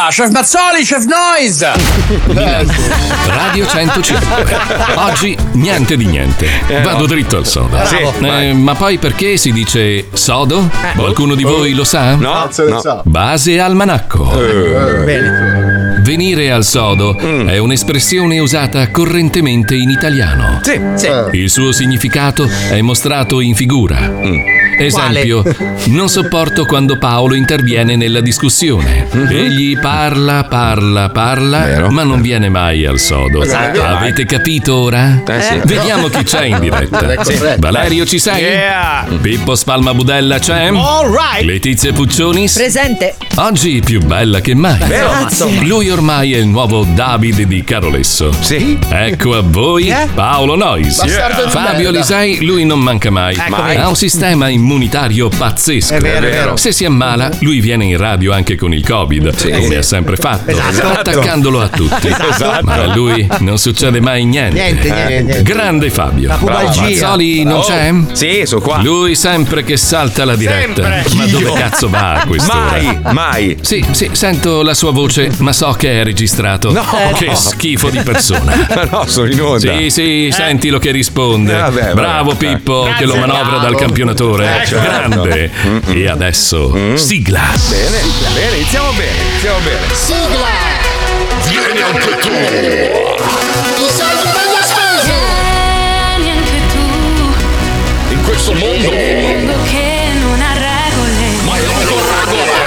Chef Mazzoli, Chef Noise. Radio 105. Oggi niente di niente. Vado dritto al sodo. Ma poi perché si dice sodo? Qualcuno di voi lo sa? No. Base almanacco. Bene. Venire al sodo è un'espressione usata correntemente in italiano. Sì. Il suo significato è mostrato in figura. Esempio, non sopporto quando Paolo interviene nella discussione. Egli parla, Vero. ma non viene mai al sodo. Avete capito ora? Sì. Vediamo chi c'è in diretta. Valerio, ci sei? Yeah. Pippo Spalma Budella c'è? All right. Letizia Puccionis? Presente. Oggi più bella che mai. Grazie. Lui ormai è il nuovo Davide di Carolesso. Sì. Ecco a voi Paolo Nois. Fabio Lisei, lui non manca mai. Ha un sistema immunitario pazzesco. È vero. Se si ammala, lui viene in radio anche con il Covid, come ha sempre fatto, attaccandolo a tutti. Ma a lui non succede mai niente. Grande Fabio. Mazzoli non c'è? Sì, sono qua. Lui sempre che salta la diretta. Ma dove cazzo va a quest'ora? Mai. Sì, sento la sua voce, ma so che è registrato. No. Che schifo di persona. No, sono in onda. Sì, sentilo che risponde. Vabbè. Bravo Pippo, che lo manovra dal campionatore. Grande. E adesso, sigla. Bene, iniziamo bene. Sigla! Vieni anche tu! I soldi per la spesa! Vieni anche tu, In questo mondo mondo che non ha regole. ma è una regola!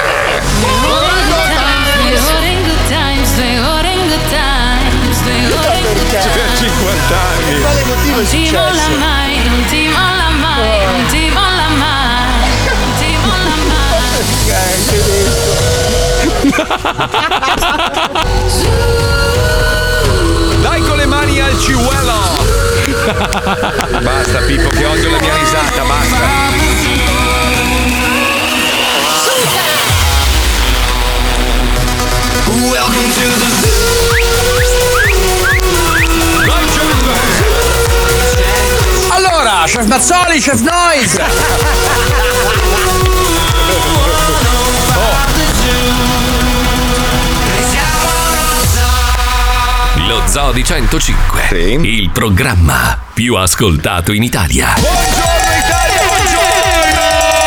Due ore in good times, 2 ore in good times, 2 ore in good times. Per 50 anni. Quale motivo è Non ti molla successo? mai, non ti molla mai, non ti molla mai, non ti molla mai. Dai con le mani al ciuelo. Basta Pippo che odio la mia risata, basta. Allora, Chef Mazzoli, Chef Noise. Lo Zoo di 105. Sì. Il programma più ascoltato in Italia. Buongiorno Italia, buongiorno!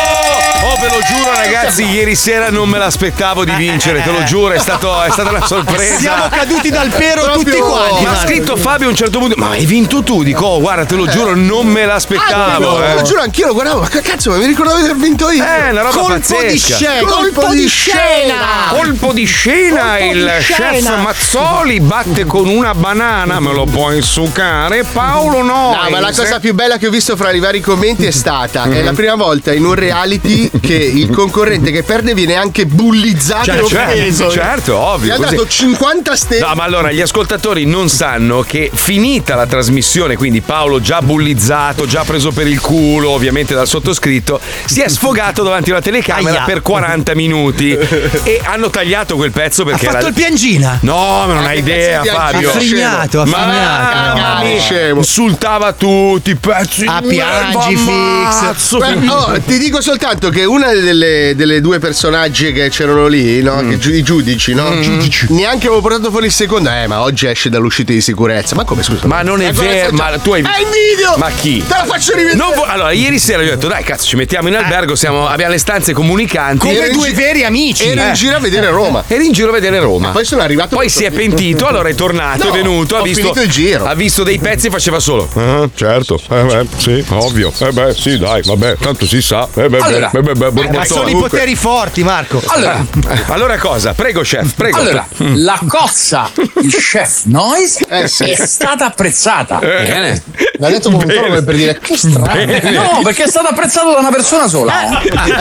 Oh, ve lo giuro ragazzi, ieri sera non me l'aspettavo di vincere, te lo giuro, è stata una sorpresa. Siamo caduti dal pero tutti quanti. Mi ha scritto Fabio a un certo punto, ma hai vinto tu? Dico, oh, guarda, te lo giuro, non me l'aspettavo. Te lo giuro, anch'io lo guardavo, ma che cazzo, ma mi ricordavo di aver vinto io. Una roba Colpo pazzesca. di scena, colpo di scena. Colpo di scena, Colpo di il scena. chef Mazzoli batte con una banana, me lo puoi succare, Paolo no. No, ma la cosa più bella che ho visto fra i vari commenti è stata è la prima volta in un reality che il concorrente che perde viene anche bullizzato e offeso. Certo, ovvio. Gli ha così. dato 50 stelle. No, ma allora gli ascoltatori non sanno che finita la trasmissione, quindi Paolo già bullizzato, già preso per il culo, ovviamente dal sottoscritto, si è sfogato davanti alla telecamera per 40 minuti e hanno tagliato quel pezzo perché Ha fatto il piangina. No, ma non hai idea, pezzo di Fabio. Ha frignato, Mamma mia, scemo. insultava tutti, pezzi A di piangi, merda, fix. ammazzo. Oh, ti dico soltanto che una delle due personaggi che c'erano lì, no? I giudici, no? Neanche avevo portato fuori il secondo. Ma oggi esce dall'uscita di sicurezza. Ma come scusa? Ma non è vero, ma tu hai Hai il video! Ma chi? Te lo faccio rivedere! Allora, ieri sera gli ho detto, dai cazzo, ci mettiamo in albergo, abbiamo le stanze comunicanti. Come due veri amici. Ero in giro a vedere Roma. Eri in giro a vedere Roma. Poi sono arrivato. Poi si è pentito, allora è tornato, No, è venuto, ho finito il giro. ha visto dei pezzi e faceva solo. Certo, sì, ovvio. Sì, dai, vabbè, tanto si sa. Allora. Ma sono i poteri forti, Marco. Allora cosa? Prego, chef, prego. Allora, la cozza di Chef Noise è stata apprezzata. Bene. L'ha detto con un tono per dire che strano. No, perché è stata apprezzata da una persona sola.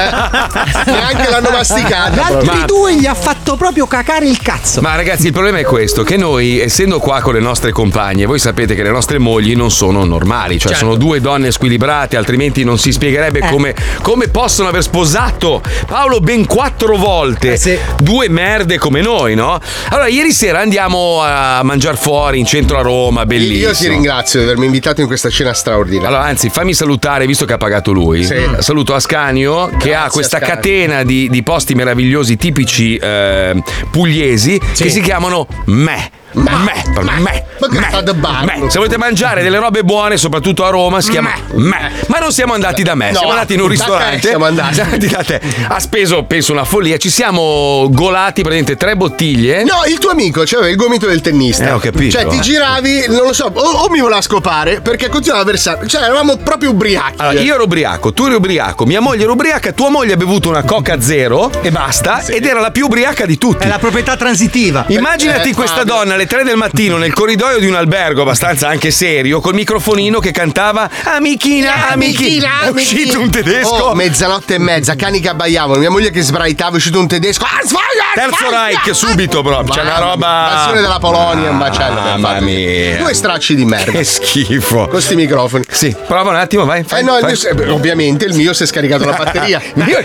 Neanche l'hanno masticata. Altri due gli ha fatto proprio cacare il cazzo. Ma ragazzi, il problema è questo, che noi, essendo qua con le nostre compagne, voi sapete che le nostre mogli non sono normali, cioè sono due donne squilibrate, altrimenti non si spiegherebbe come possono aver sposato Paolo ben 4 volte, due merde come noi, no? Allora, ieri sera andiamo a mangiare fuori in centro a Roma, bellissimo. Io ti ringrazio di avermi invitato in questa cena straordinaria. Allora, anzi, fammi salutare, visto che ha pagato lui. Sì. Saluto Ascanio, che ha questa Ascanio. catena di posti meravigliosi tipici pugliesi che si chiamano Me. Se volete mangiare delle robe buone, soprattutto a Roma, si chiama Me. Ma non siamo andati da me, siamo andati in un ristorante. Siamo andati da te. Ha speso, penso, una follia. Ci siamo golati praticamente 3 bottiglie. No, il tuo amico c'aveva il gomito del tennista. Ho capito. Cioè, ti giravi, non lo so, o mi voleva scopare perché continuava a versare. Cioè, eravamo proprio ubriachi. Allora, io ero ubriaco, tu eri ubriaco, mia moglie era ubriaca, tua moglie ha bevuto una Coca Zero e basta, ed era la più ubriaca di tutti. È la proprietà transitiva. Immaginati questa donna alle 3 del mattino nel corridoio di un albergo abbastanza anche serio, col microfonino che cantava Amichina. È uscito un tedesco. Mezzanotte e mezza, cani che abbaiavano, mia moglie che sbraitava, è uscito un tedesco. Terzo Reich subito proprio. C'è una roba. Passione della Polonia, un bacello. Mamma mia. 2 stracci di merda. Che schifo. Con sti microfoni. Sì, prova un attimo, vai. No, ovviamente il mio si è scaricato la batteria. Il mio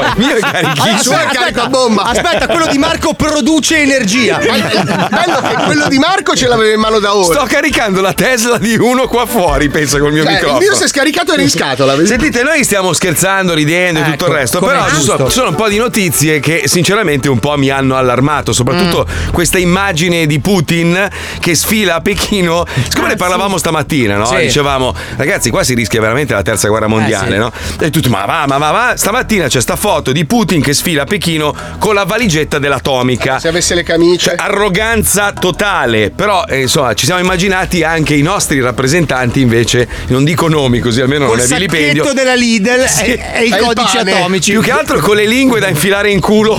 è carichissimo. Il suo è carico a bomba. Aspetta, quello di Marco produce energia. Bello che quello di Marco ce l'aveva in mano da ora. Sto caricando la Tesla di uno qua fuori, pensa, col mio microfono. Il mio si è scaricato in scatola. Sentite, noi stiamo scherzando, ridendo e tutto il resto, però ci sono un po' di notizie che sinceramente un po' mi hanno allarmato, soprattutto questa immagine di Putin che sfila a Pechino. Siccome ne parlavamo stamattina, no? Dicevamo, ragazzi, qua si rischia veramente la terza guerra mondiale, no? E tutti, ma va. Stamattina c'è sta foto di Putin che sfila a Pechino con la valigetta dell'atomica. Se avesse le camicie. Arroganza totale, però insomma ci siamo immaginati anche i nostri rappresentanti invece, non dico nomi così almeno non è vilipendio. Il sacchetto della Lidl e i codici atomici. Più che altro con le lingue da infilare in culo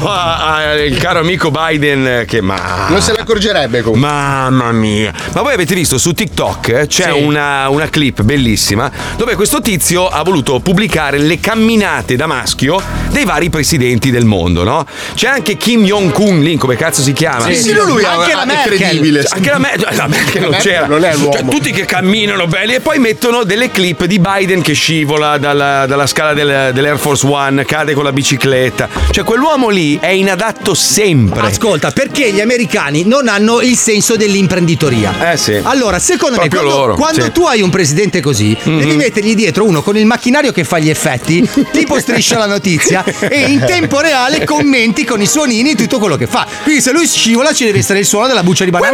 al caro amico Biden che non se ne accorgerebbe comunque. Mamma mia. Ma voi avete visto su TikTok c'è una clip bellissima dove questo tizio ha voluto pubblicare le camminate da maschio dei vari presidenti del mondo, no? C'è anche Kim Jong-un lì, come cazzo si chiama? Sì, lui anche la Merkel. Incredibile. Anche la Merkel non c'era. Non è l'uomo. Cioè, tutti che camminano belli e poi mettono delle clip di Biden che scivola dalla scala dell'Air Force One, cade con la bicicletta. Cioè quell'uomo lì è inadatto sempre. Ascolta, perché gli americani non hanno il senso dell'imprenditoria. Sì. Allora, secondo proprio me, quando tu hai un presidente così, devi mettergli dietro uno con il macchinario che fa gli effetti, tipo Striscia la notizia, e in tempo reale commenti con i suonini tutto quello che fa. Quindi se lui scivola ci deve essere il suono della buccia di banana.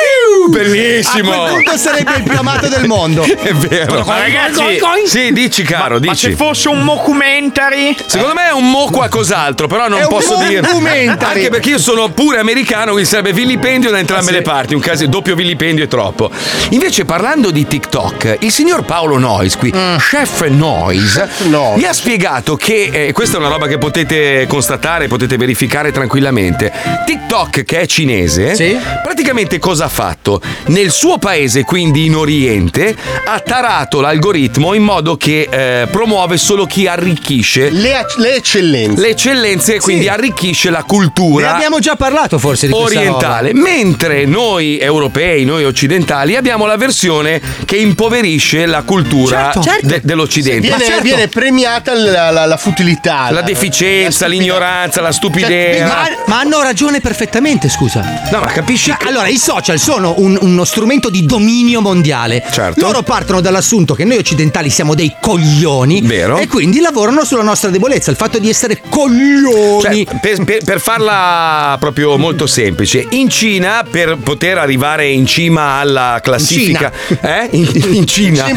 Bellissimo. A quel punto sarebbe il più amato del mondo. È vero. Ragazzi, sì, dici caro, dici. Ma se fosse un mockumentary? Secondo me è un mo qualcos'altro, però non posso dire. Anche perché io sono pure americano, quindi sarebbe vilipendio da entrambe le parti. Un caso doppio vilipendio è troppo. Invece, parlando di TikTok, il signor Paolo Noyes qui, Chef Noyes, mi ha spiegato che questa è una roba che potete constatare, potete verificare tranquillamente. TikTok, che è cinese, praticamente cosa ha fatto? Nel suo paese, quindi in Oriente, ha tarato l'algoritmo in modo che promuove solo chi arricchisce le eccellenze. Le eccellenze, quindi arricchisce la cultura. Ne abbiamo già parlato forse di questa orientale. roba. Mentre noi europei, noi occidentali, abbiamo la versione che impoverisce la cultura dell'Occidente. Viene premiata la futilità, la deficienza, l'ignoranza, la stupidezza. Ma hanno ragione perfettamente, scusa. No, ma capisci? Allora, i social sono uno strumento di dominio mondiale. Certo. Loro partono dall'assunto che noi occidentali siamo dei coglioni. Vero. E quindi lavorano sulla nostra debolezza, il fatto di essere coglioni. Cioè, per farla proprio molto semplice, in Cina, per poter arrivare in cima alla classifica, in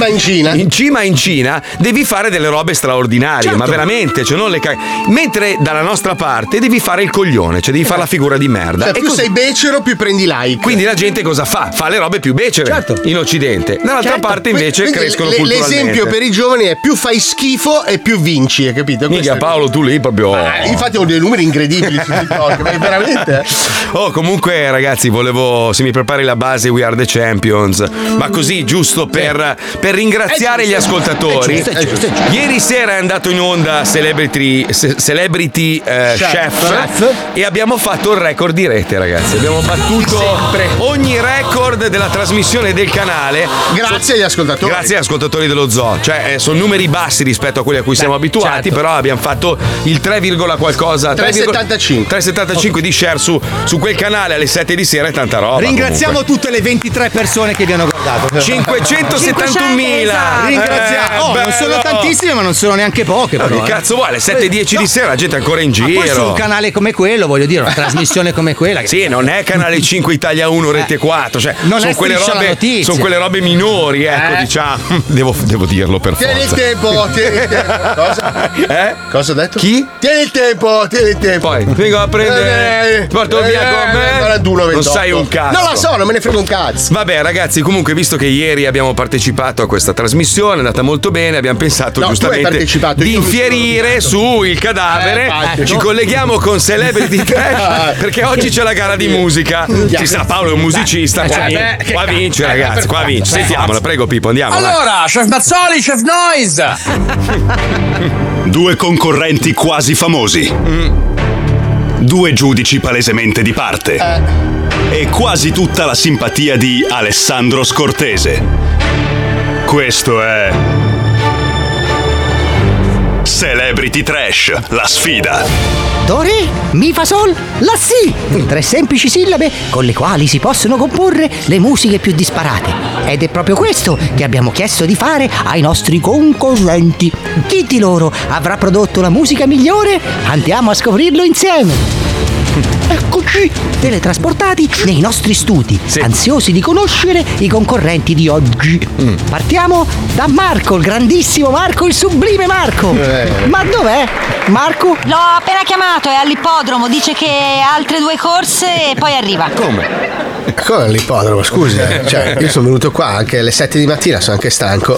Cina, devi fare delle robe straordinarie, certo. ma veramente, cioè non le mentre dalla nostra parte devi fare il coglione, cioè devi fare la figura di merda. Cioè, più sei becero, più prendi like. Quindi la gente cosa fa? Fa le robe più becere, certo. in Occidente. Dall'altra parte invece quindi crescono culturalmente. L'esempio per i giovani è più fai schifo e più vinci, hai capito? Minchia Paolo, tu lì proprio. Infatti ho dei numeri incredibili su TikTok, ma veramente. Oh, comunque ragazzi, volevo, se mi prepari la base We Are the Champions, ma così giusto per ringraziare gli ascoltatori. Ieri sera è andato in onda Celebrity Chef e abbiamo fatto il record di rete, ragazzi. Abbiamo battuto ogni record record della trasmissione del canale. Grazie agli ascoltatori. Grazie agli ascoltatori dello Zoo. Cioè, sono numeri bassi rispetto a quelli a cui siamo abituati, certo. però abbiamo fatto il 3, qualcosa 3,75 di share su quel canale alle 7 di sera, è tanta roba. Ringraziamo tutte le 23 persone che vi hanno guardato. 571.000. Ringraziamo. Non sono tantissime, ma non sono neanche poche. Però, che cazzo vuole? Alle 7:10 di sera la gente è ancora in Ma poi su giro. un canale come quello, voglio dire, una trasmissione come quella. Sì, non è canale 5 Italia 1 Rete 4, cioè non sono è quelle Striscia la robe, notizia. sono quelle robe minori, ecco, diciamo. Devo dirlo per Tieni forza. il tempo, tieni il tempo. Cosa? Cosa ho detto? Chi? Tieni il tempo. Poi vengo a prendere. Porto via con me. 41, Non sai un cazzo. Non lo so, non me ne frega un cazzo. Vabbè, ragazzi, comunque, visto che ieri abbiamo partecipato a questa trasmissione, è andata molto bene, abbiamo pensato No, tu hai giustamente partecipato, di io mi infierire su il cadavere. infatti. Ci colleghiamo con Celebrity Trash perché oggi c'è la gara di musica. Ci sa, Paolo è un musicista. Qua vince, ragazzi, qua vince. Sentiamola, prego, Pippo, andiamo. Allora, chef Mazzoli, chef Noise. Due concorrenti quasi famosi. Due giudici palesemente di parte. E quasi tutta la simpatia di Alessandro Scortese. Questo è Celebrity Trash, la sfida. Do, re, mi, fa, sol, la, si. 3 semplici sillabe con le quali si possono comporre le musiche più disparate. Ed è proprio questo che abbiamo chiesto di fare ai nostri concorrenti. Chi di loro avrà prodotto la musica migliore? Andiamo a scoprirlo insieme. Eccoci, teletrasportati nei nostri studi, ansiosi di conoscere i concorrenti di oggi. Partiamo da Marco, il grandissimo Marco, il sublime Marco. Ma dov'è? Marco? L'ho appena chiamato, è all'ippodromo, dice che ha altre 2 corse e poi arriva. Come all'ippodromo, scusi. Cioè, io sono venuto qua anche alle 7 di mattina, sono anche stanco.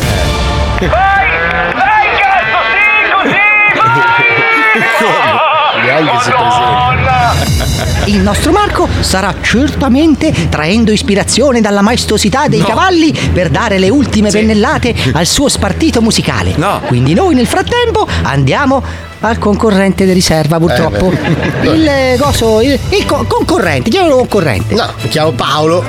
Neanche si presenta. Il nostro Marco sarà certamente traendo ispirazione dalla maestosità dei cavalli per dare le ultime pennellate al suo spartito musicale. Quindi noi nel frattempo andiamo al concorrente di riserva, purtroppo. Il concorrente, chiamalo concorrente. No, mi chiamo Paolo.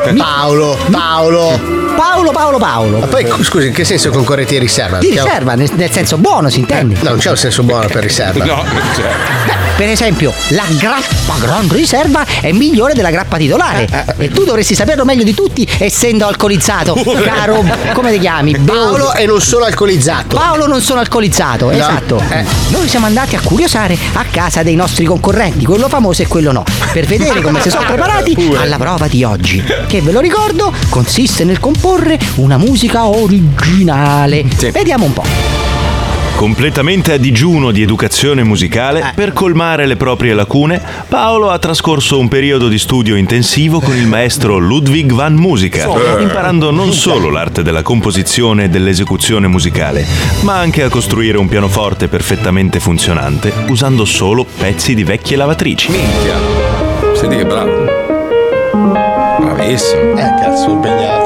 Paolo. Ma poi scusi, in che senso concorrenti di riserva? Di riserva, nel senso buono, si intende? No, non c'è un senso buono per riserva. No, per esempio, la grappa Grand Riserva è migliore della grappa titolare. E tu dovresti saperlo meglio di tutti, essendo alcolizzato. Caro, come ti chiami? Paolo e non sono alcolizzato. Paolo non sono alcolizzato, No. esatto. Noi siamo andati a curiosare a casa dei nostri concorrenti, quello famoso e quello no, per vedere come si sono preparati alla prova di oggi, che ve lo ricordo consiste nel comporre una musica originale. Vediamo un po'. Completamente a digiuno di educazione musicale, per colmare le proprie lacune, Paolo ha trascorso un periodo di studio intensivo con il maestro Ludwig van Musica, imparando non solo l'arte della composizione e dell'esecuzione musicale, ma anche a costruire un pianoforte perfettamente funzionante usando solo pezzi di vecchie lavatrici. Minchia. Senti che bravo. Bravissimo. Cazzo, impegnato.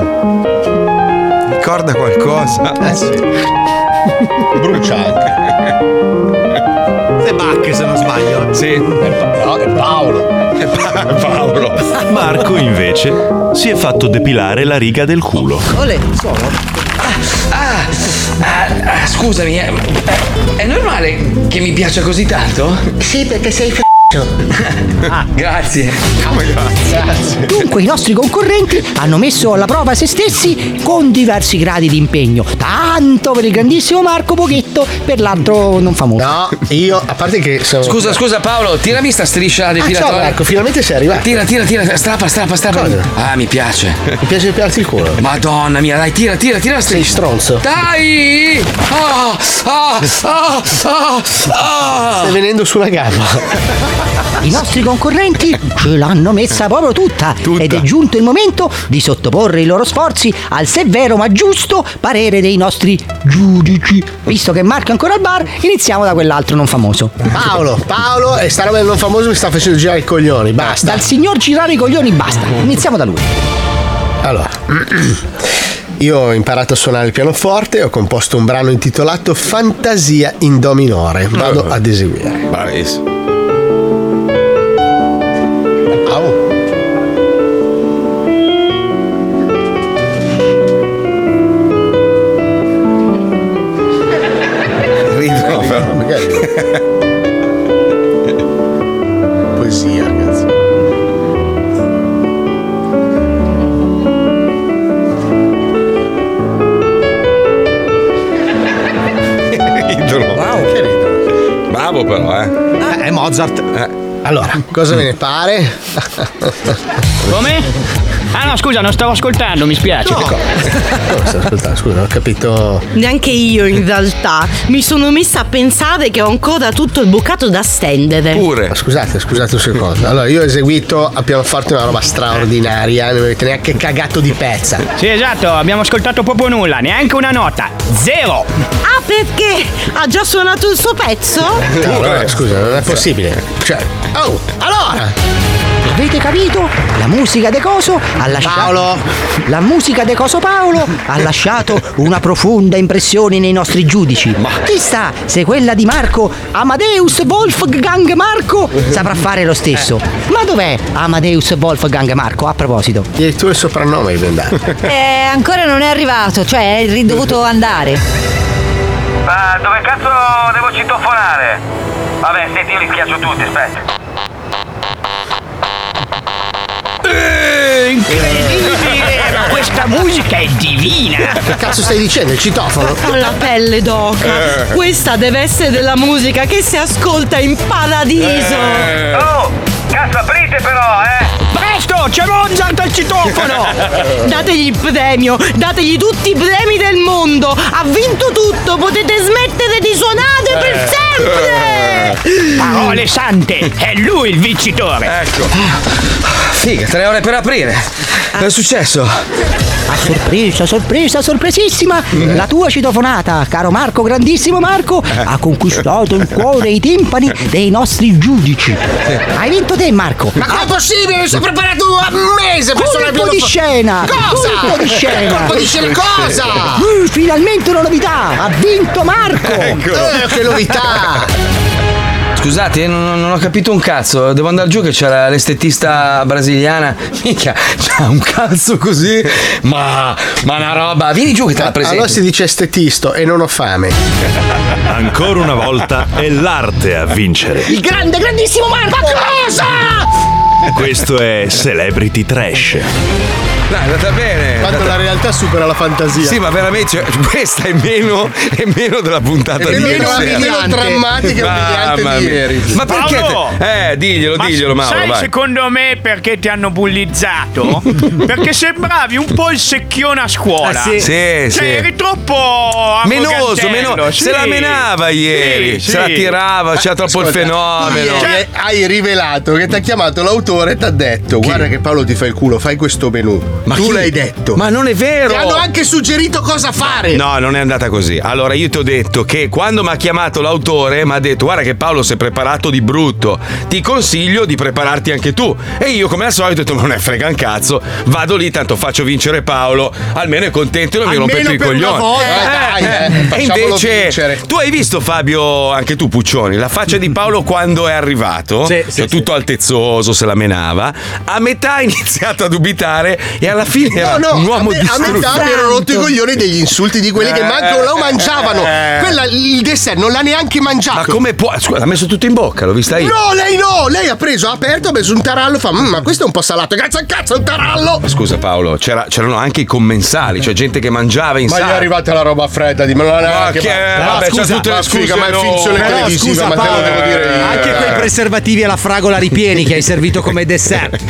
Ricorda qualcosa? Sì. Brucia anche. Le bacche, se non sbaglio. Sì. No, è Paolo. Paolo. Marco, invece, si è fatto depilare la riga del culo. Scusami, è normale che mi piaccia così tanto? Sì, perché sei Grazie. Grazie. Dunque i nostri concorrenti hanno messo alla prova se stessi con diversi gradi di impegno. Tanto per il grandissimo Marco, pochetto per l'altro non famoso. No, io, a parte che sono... Scusa Paolo, tirami sta striscia depilatoria. ciao, ecco, finalmente sei arrivato. Tira, strappa. Cosa? Ah, mi piace. Mi piace depilarti il culo. Madonna mia, dai, tira la Sei striscia. stronzo. Dai! Stai venendo sulla gamba. I nostri concorrenti ce l'hanno messa proprio tutta. Ed è giunto il momento di sottoporre i loro sforzi al severo ma giusto parere dei nostri giudici. Visto che Marco è ancora al bar, iniziamo da quell'altro non famoso. Paolo, e sta roba del non famoso mi sta facendo girare i coglioni, basta. Dal signor girare i coglioni basta. Iniziamo da lui. Allora, io ho imparato a suonare il pianoforte e ho composto un brano intitolato Fantasia in Do minore. Vado ad eseguire. Bravissimo. Mozart. Allora, cosa ve ne pare? Come? Ah no, scusa, non stavo ascoltando, mi spiace. No. Stavo ascoltando, scusa, non ho capito. Neanche io in realtà mi sono messa a pensare che ho ancora tutto il bucato da stendere. Pure. Scusate un secondo. Allora, io ho eseguito a pianoforte una roba straordinaria, non avete neanche cagato di pezza. Sì, esatto, abbiamo ascoltato proprio nulla, neanche una nota. Zero. Ah, perché? Ha già suonato il suo pezzo? No, vabbè, scusa, non è possibile. Cioè, oh, allora! Avete capito? La musica de Coso ha lasciato. Paolo! La musica de Coso Paolo ha lasciato una profonda impressione nei nostri giudici. Chissà se quella di Marco, Amadeus Wolfgang Marco, saprà fare lo stesso. Ma dov'è Amadeus Wolfgang Marco, a proposito? Il tuo soprannome devi andare. Ancora non è arrivato, cioè è dovuto andare. Ma dove cazzo devo citofonare? Vabbè, senti, io li schiaccio tutti, aspetta. Incredibile! Ma questa musica è divina! Che cazzo stai dicendo? Il citofono? Ho la pelle d'oca. Questa deve essere della musica che si ascolta in paradiso. Oh! Cazzo, aprite però, Presto! C'è Mozart al citofono! Dategli il premio, dategli tutti i premi del mondo. Ha vinto tutto, potete smettere di suonare per sempre. Parole sante, è lui il vincitore. Ecco. Figa, 3 ore per aprire. Cosa è successo? Sorpresissima! La tua citofonata, caro Marco, grandissimo Marco, ha conquistato il cuore e i timpani dei nostri giudici. Hai vinto te, Marco. Ma com'è possibile? Mi sono preparato un mese per suonare il Colpo di scena! Cosa? Colpo di scena! Colpo di scena cosa? Finalmente una novità! Ha vinto Marco! Che novità! Scusate, non ho capito un cazzo. Devo andare giù che c'era l'estetista brasiliana. Minchia, c'ha un cazzo così. Ma una roba. Vieni giù che te la presento. Allora si dice estetisto e non ho fame. Ancora una volta è l'arte a vincere. Il grandissimo Marco! Ma cosa? Questo è Celebrity Trash. Dai, è andata bene. Quando la realtà supera la fantasia. Sì, ma veramente, cioè, questa è meno della puntata di ieri sera. È meno drammatica e umiliante di ieri. Ma perché? Diglielo, Mauro. Sai, vai. secondo me perché ti hanno bullizzato? Perché sembravi un po' il secchione a scuola. Sì, cioè, eri troppo menoso. Sì. Se la menava ieri. Sì. Se la tirava, c'era troppo il fenomeno. Cioè, hai rivelato che ti ha chiamato l'autore e ti ha detto: guarda che Paolo ti fa il culo, fai questo menù. Ma tu chi? l'hai detto. Ma non è vero. Ti hanno anche suggerito cosa fare. No, non è andata così. Allora io ti ho detto che quando mi ha chiamato l'autore mi ha detto: guarda che Paolo si è preparato di brutto, ti consiglio di prepararti anche tu. E io come al solito ho detto: non è frega un cazzo, vado lì, tanto faccio vincere Paolo, almeno è contento e non mi rompe più i coglioni. E invece vincere. tu hai visto, Fabio, anche tu Puccioni, la faccia di Paolo quando è arrivato? Sì, tutto altezzoso, se la menava. A metà ha iniziato a dubitare e alla fine era un uomo distrutto. A metà mi ero rotto i coglioni degli insulti di quelli che manco lo mangiavano. Quella, il dessert non l'ha neanche mangiato. Ma come può? Scusa, l'ha messo tutto in bocca, l'ho vista io. No, lei ha preso, ha aperto, ha preso un tarallo, fa ma questo è un po' salato. Grazie al cazzo, è un tarallo. Scusa Paolo, c'erano anche i commensali, cioè gente che mangiava in sala. Ma gli è arrivata la roba fredda, dimmelo neanche. Vabbè, c'ha tutte le scuse, ma è finzione televisiva, ma te lo devo dire io. Anche quei preservativi alla fragola ripieni che hai servito come dessert.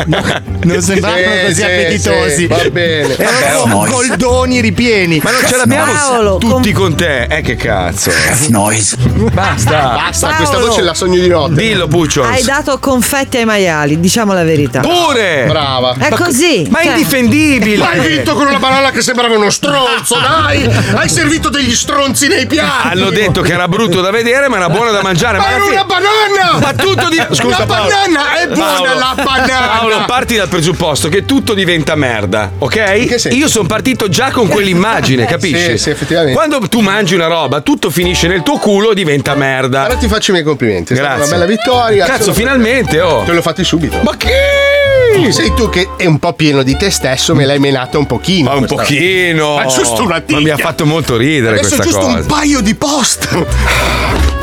Non sembravano così appetitosi. Va bene. Erano goldoni ripieni. Ma non ce l'abbiamo tutti con te. Che cazzo. Basta, Paolo. Questa voce la sogno di notte. Dillo, Puccio. Hai dato confetti ai maiali, diciamo la verità. Pure. Brava. È così. Ma è indifendibile. Ma hai vinto con una banana che sembrava uno stronzo, dai. Hai servito degli stronzi nei piatti. Hanno detto che era brutto da vedere, ma era buono da mangiare. Ma era una banana. Ma tutto di... Scusa, la Paolo. banana è buona, Paolo. la banana. Paolo, parti dal presupposto che tutto diventa merda, ok? Io sono partito già con quell'immagine, capisci? Sì, effettivamente. Quando tu mangi una roba, tutto finisce nel tuo culo, diventa merda. Allora ti faccio i miei complimenti. È stata Grazie. una bella vittoria. Cazzo, finalmente, oh. Te l'ho fatti subito. Ma che? Sei tu che è un po' pieno di te stesso, me l'hai menato un pochino. Ma un pochino. Ma giusto una tiglia. Ma mi ha fatto molto ridere adesso questa giusto cosa. un paio di post.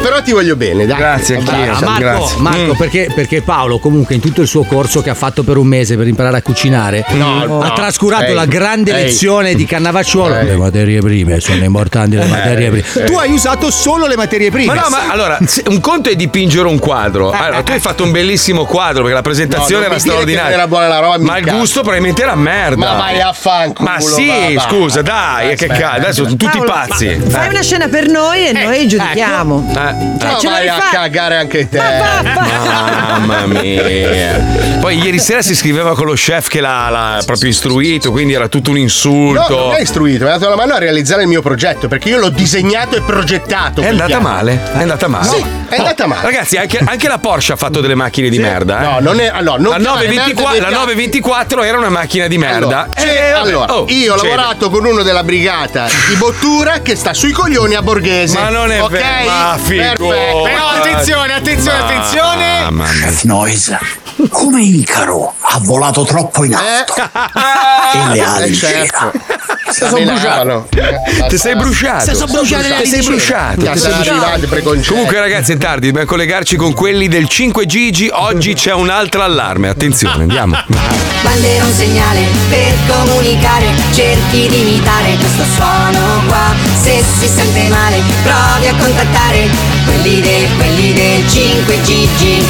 però ti voglio bene, dai. Grazie anch'io. Marco, perché Paolo comunque in tutto il suo corso che ha fatto per un mese per imparare a cucinare ha trascurato la grande lezione di Cannavacciuolo. Le materie prime sono importanti, le materie prime. Tu hai usato solo le materie prime. Ma no, ma allora, un conto è dipingere un quadro. Allora, tu hai fatto un bellissimo quadro perché la presentazione era straordinaria. Era buona la roba, ma il gusto probabilmente era merda. Ma vai a fanculo. Ma sì, scusa, dai, che cazzo, adesso sono tutti pazzi. Fai una scena per noi e noi giudichiamo. Ce vai a cagare anche te. Mamma mia. Poi ieri sera si scriveva con lo chef che l'ha proprio istruito, quindi era tutto un insulto. No, non è istruito, mi ha dato la mano a realizzare il mio progetto perché io l'ho disegnato e progettato. È andata male? È andata male? Sì, è andata male. Ragazzi, anche la Porsche ha fatto delle macchine di merda. No, non è. Allora, non la 924 era una macchina di merda. Allora, io ho lavorato con uno della brigata di Bottura che sta sui coglioni a Borghese. Ma non è vero. Ma figo. Però attenzione. Chef Noise, come Icaro, ha volato troppo in alto. E le ali in giro. Ti sei bruciato. Ti sei bruciato. Comunque ragazzi è tardi, dobbiamo collegarci con quelli del 5 Gigi. Oggi c'è un'altra allarme. Attenzione, andiamo. Bandera un segnale per comunicare, cerchi di imitare questo suono qua. Se si sente male provi a contattare quelli del 5 Gigi.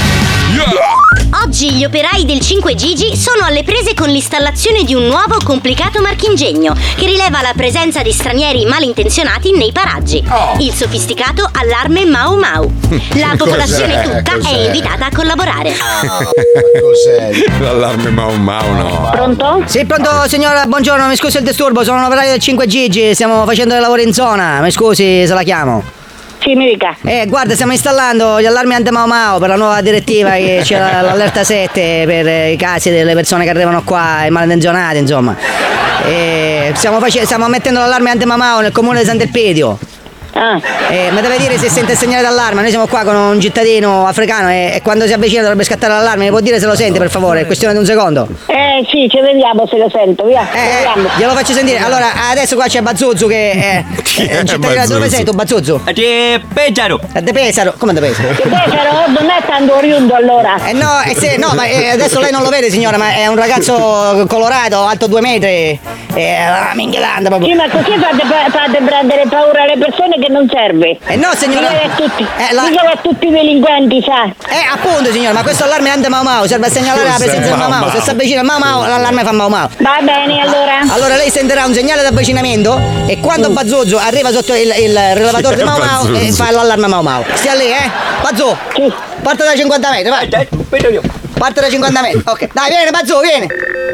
Oggi gli operai del 5 Gigi sono alle prese con l'installazione di un nuovo complicato marchingegno che rileva la presenza di stranieri malintenzionati nei paraggi. Il sofisticato allarme Mau Mau. La popolazione tutta è invitata a collaborare. Cos'è? L'allarme Mau Mau, no. Pronto? Sì, pronto signora, buongiorno, mi scusi il disturbo, sono un operaio del 5 Gigi, stiamo facendo dei lavori in zona, mi scusi se la chiamo. Sì, mi dica. Guarda, stiamo installando gli allarmi anti-Mau Mau per la nuova direttiva che c'è l'allerta 7 per i casi delle persone che arrivano qua malintenzionate, insomma. Stiamo mettendo l'allarme anti-Mau Mau nel comune di Sant'Elpidio. Mi deve dire se sente il segnale d'allarme. Noi siamo qua con un cittadino africano e quando si avvicina dovrebbe scattare l'allarme. Mi può dire se lo sente, per favore? È questione di un secondo. Sì, ci vediamo se lo sento, via. Glielo faccio sentire. Allora, adesso qua c'è Bazzuzu che è cittadino. Dove sei tu, Bazzuzu? Di Pesaro. De Pesaro? Come De Pesaro? Di Pesaro? Non è tanto oriundo allora. No, ma adesso lei non lo vede, signora, ma è un ragazzo colorato, alto 2 metri. Minchiolanda proprio. Sì, ma così fate prendere paura alle persone che non serve. No, signora. Diglielo a tutti i delinquenti, sa. Appunto, signora, ma questo allarme anti-Mau Mau serve a segnalare la presenza del Mau Mau. Se si avvicina il Mau Mau, l'allarme fa Mau Mau. Va bene, allora. Allora lei sentirà un segnale di avvicinamento e quando Bazzuzu arriva sotto il rilevatore di Mau Mau fa l'allarme Mau Mau. Stia lì, Bazzu. Sì. Parte da 50 metri, vai. Vedo io. Parte da 50 metri. Ok. Dai, vieni, Bazzu, vieni.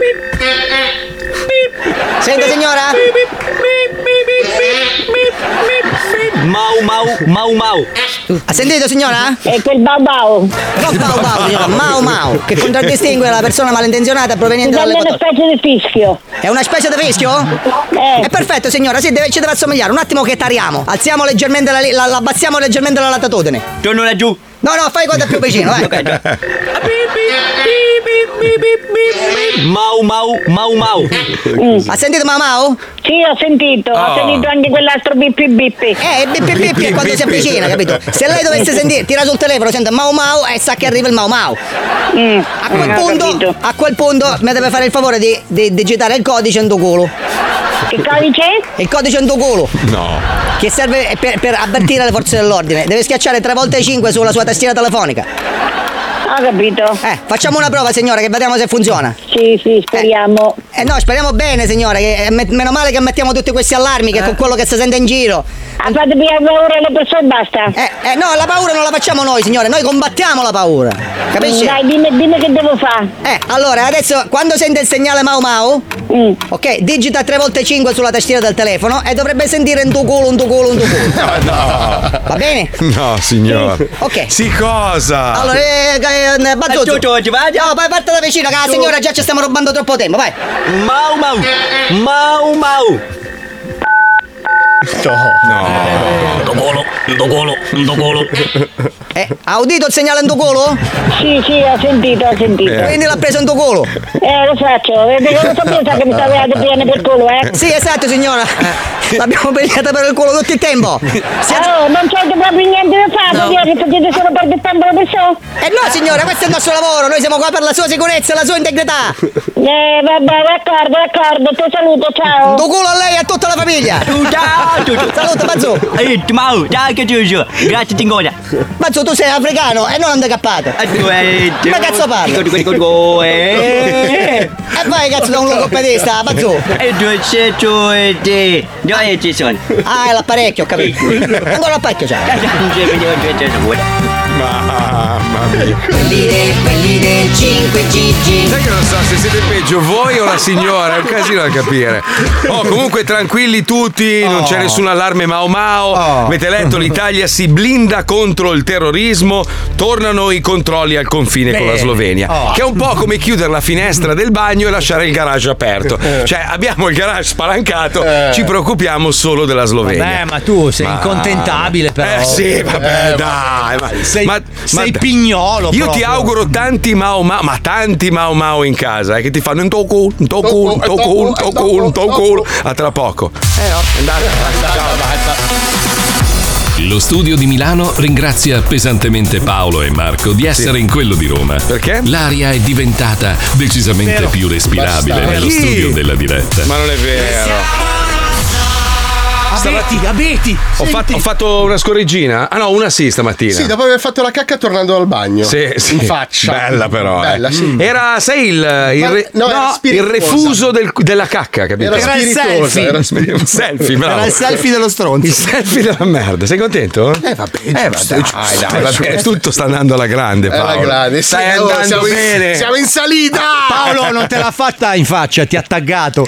Sente, signora? Mau Mau. Ha sentito, signora? È quel Bau Bau. Non Bau Bau, signora, Mau Mau, che contraddistingue la persona malintenzionata proveniente dalle È una specie di fischio. È una specie di fischio? È perfetto, signora, sì, ci deve assomigliare. Un attimo che tariamo. Alziamo leggermente abbassiamo leggermente la latitudine. Torno laggiù. No, fai quanto è più vicino, vai. Mau. Ha sentito Mau Mau? Sì, ho sentito anche quell'altro bippi bippi. Bippi è quando si avvicina, capito? Se lei dovesse sentire, tira sul telefono, sente Mau Mau e sa che arriva il Mau Mau. A quel punto mi deve fare il favore di digitare il codice in tuo culo. Che codice? Il codice in tuo culo. No. Che serve per avvertire le forze dell'ordine. Deve schiacciare 3 volte 5 sulla sua tastiera telefonica. Ho capito. Facciamo una prova, signora, che vediamo se funziona. Sì, speriamo. No, speriamo bene, signora, che meno male che mettiamo tutti questi allarmi che con quello che si sente in giro. Fate via paura alle persone e basta. No, la paura non la facciamo noi, signore, noi combattiamo la paura. Capisci? Dai, dimmi che devo fare. Allora, adesso quando sente il segnale Mau Mau, ok, digita 3 volte 5 sulla tastiera del telefono e dovrebbe sentire un tuo culo. No. Va bene? No, signora. Ok. Sì, cosa? Allora, Bazzuzu. No, poi parte da vicino, che la signora già ci stiamo rubando troppo tempo, vai. Mau. No. Ha udito il segnale in tuo culo? Sì, ho sentito. Quindi l'ha preso in tuo culo? Lo faccio. Non sapevo che mi stavate piene per culo, Sì, esatto, signora. L'abbiamo pigliata per il culo tutto il tempo. Non c'è proprio niente da fare, che facete solo per distante le persone? No, signora, questo è il nostro lavoro. Noi siamo qua per la sua sicurezza e la sua integrità. Vabbè, d'accordo. Ti saluto, ciao. Tu culo a lei e a tutta la famiglia. Ciao. Saluto, Bazzu. Mau, ciao che giusto. Grazie, Tingonia. Bazzu, tu sei africano e non handicappato. Ma cazzo parli? E vai cazzo da un logopedista, Bazzu. Dove ci sono? Ah, è l'apparecchio, ho capito. Ancora l'apparecchio c'è. Mamma mia. Quelli del 5 Gigi. Sai che non so se siete peggio voi o la signora, è un casino da capire. Comunque tranquilli tutti, non c'è nessun allarme Mau Mau. Avete letto, l'Italia si blinda contro il terrorismo, tornano i controlli al confine con la Slovenia. Che è un po' come chiudere la finestra del bagno e lasciare il garage aperto. Cioè abbiamo il garage spalancato, ci preoccupiamo solo della Slovenia. Vabbè, ma tu sei incontentabile però. Sì, vabbè, dai. Sei pignolo. Io ti auguro tanti Mau Mau, ma tanti Mau Mau in casa, che ti fanno un tocco. A tra poco. Andate. Lo studio di Milano ringrazia pesantemente Paolo e Marco di essere in quello di Roma. Perché? L'aria è diventata decisamente più respirabile nello studio della diretta. Ma non è vero. Abeti. Ho fatto una scorreggina? Ah no, una sì stamattina. Sì, dopo aver fatto la cacca tornando dal bagno. Sì. In faccia. Bella però. Bella, sì. Era, sai, il refuso della cacca, capito? Era spiritosa. Era un selfie, bravo. Era il selfie dello stronzo. Il selfie della merda. Sei contento? Vabbè. Dai, tutto sta andando alla grande, Paolo. Alla grande. Stai andando bene. Siamo in salita. Paolo non te l'ha fatta in faccia, ti ha taggato.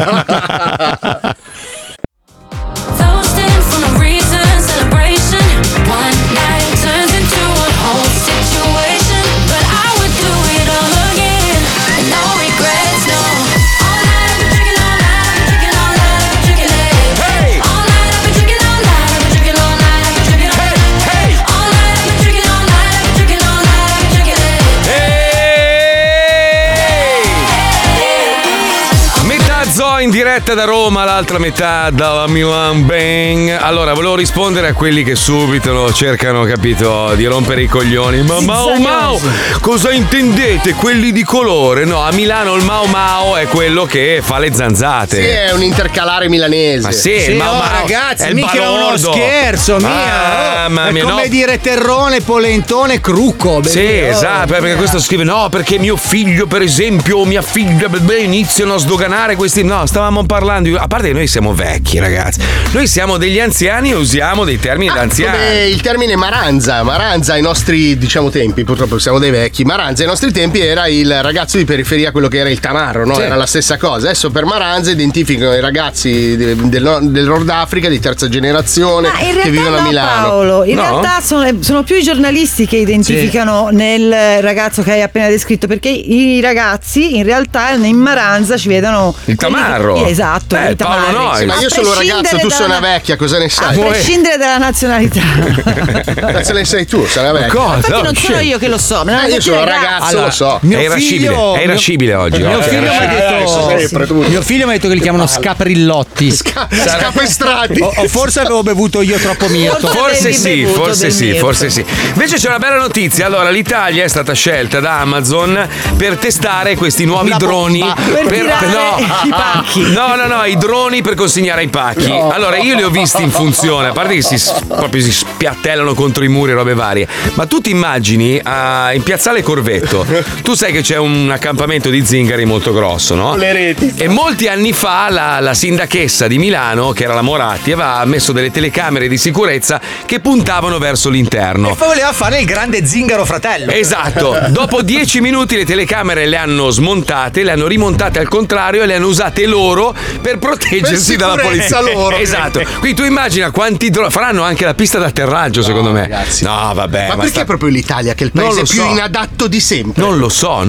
In diretta da Roma, l'altra metà dalla Milan Bang. Allora, volevo rispondere a quelli che subito cercano, capito, di rompere i coglioni. Ma Mau Mau, cosa intendete? Quelli di colore? No, a Milano il Mau Mau è quello che fa le zanzate. Sì, è un intercalare milanese. Ma sì, il Mau Mau, ragazzi, è mica è uno scherzo, mia. È come dire terrone, polentone, crucco. Sì, esatto, perché questo scrive no, perché mio figlio, per esempio, o mia figlia iniziano a sdoganare questi. No, stavamo parlando, a parte che noi siamo vecchi, ragazzi. Noi siamo degli anziani e usiamo dei termini da anziani. Come il termine maranza ai nostri, diciamo, tempi, purtroppo siamo dei vecchi. Maranza ai nostri tempi era il ragazzo di periferia, quello che era il tamarro, no? Sì. Era la stessa cosa. Adesso per maranza identificano i ragazzi del Nord Africa di terza generazione che vivono a Milano. Paolo, in realtà sono più i giornalisti che identificano nel ragazzo che hai appena descritto, perché i ragazzi in realtà in maranza ci vedono il tamarro. Esatto, Paolo no. Sì, ma io sono un ragazzo, tu sei una vecchia, cosa ne sai? A prescindere dalla nazionalità. Cosa ne sei tu? Sei una vecchia. Cosa? Infatti non sono io che lo so, io sono un ragazzo, allora, lo so. È irascibile oggi. Mio figlio mi ha detto che li chiamano scaprillotti. Scapestrati. O forse avevo bevuto io troppo mieto. Forse sì. Invece c'è una bella notizia. Allora, l'Italia è stata scelta da Amazon per testare questi nuovi droni. I pacchi. No, i droni per consegnare i pacchi. Allora, io li ho visti in funzione, a parte che proprio si spiattellano contro i muri e robe varie. Ma tu ti immagini in Piazzale Corvetto, tu sai che c'è un accampamento di zingari molto grosso, no? Le reti. E molti anni fa la sindachessa di Milano, che era la Moratti, aveva messo delle telecamere di sicurezza che puntavano verso l'interno. E poi voleva fare il grande zingaro fratello. Esatto. Dopo 10 minuti le telecamere le hanno smontate, le hanno rimontate al contrario e le hanno usate loro loro per proteggersi Per dalla sicurezza polizia. loro. Esatto. Quindi tu immagina quanti faranno anche la pista d'atterraggio, secondo me. Ragazzi. No, vabbè. Ma perché proprio l'Italia che è il Non paese lo più so. inadatto di sempre? Non lo so.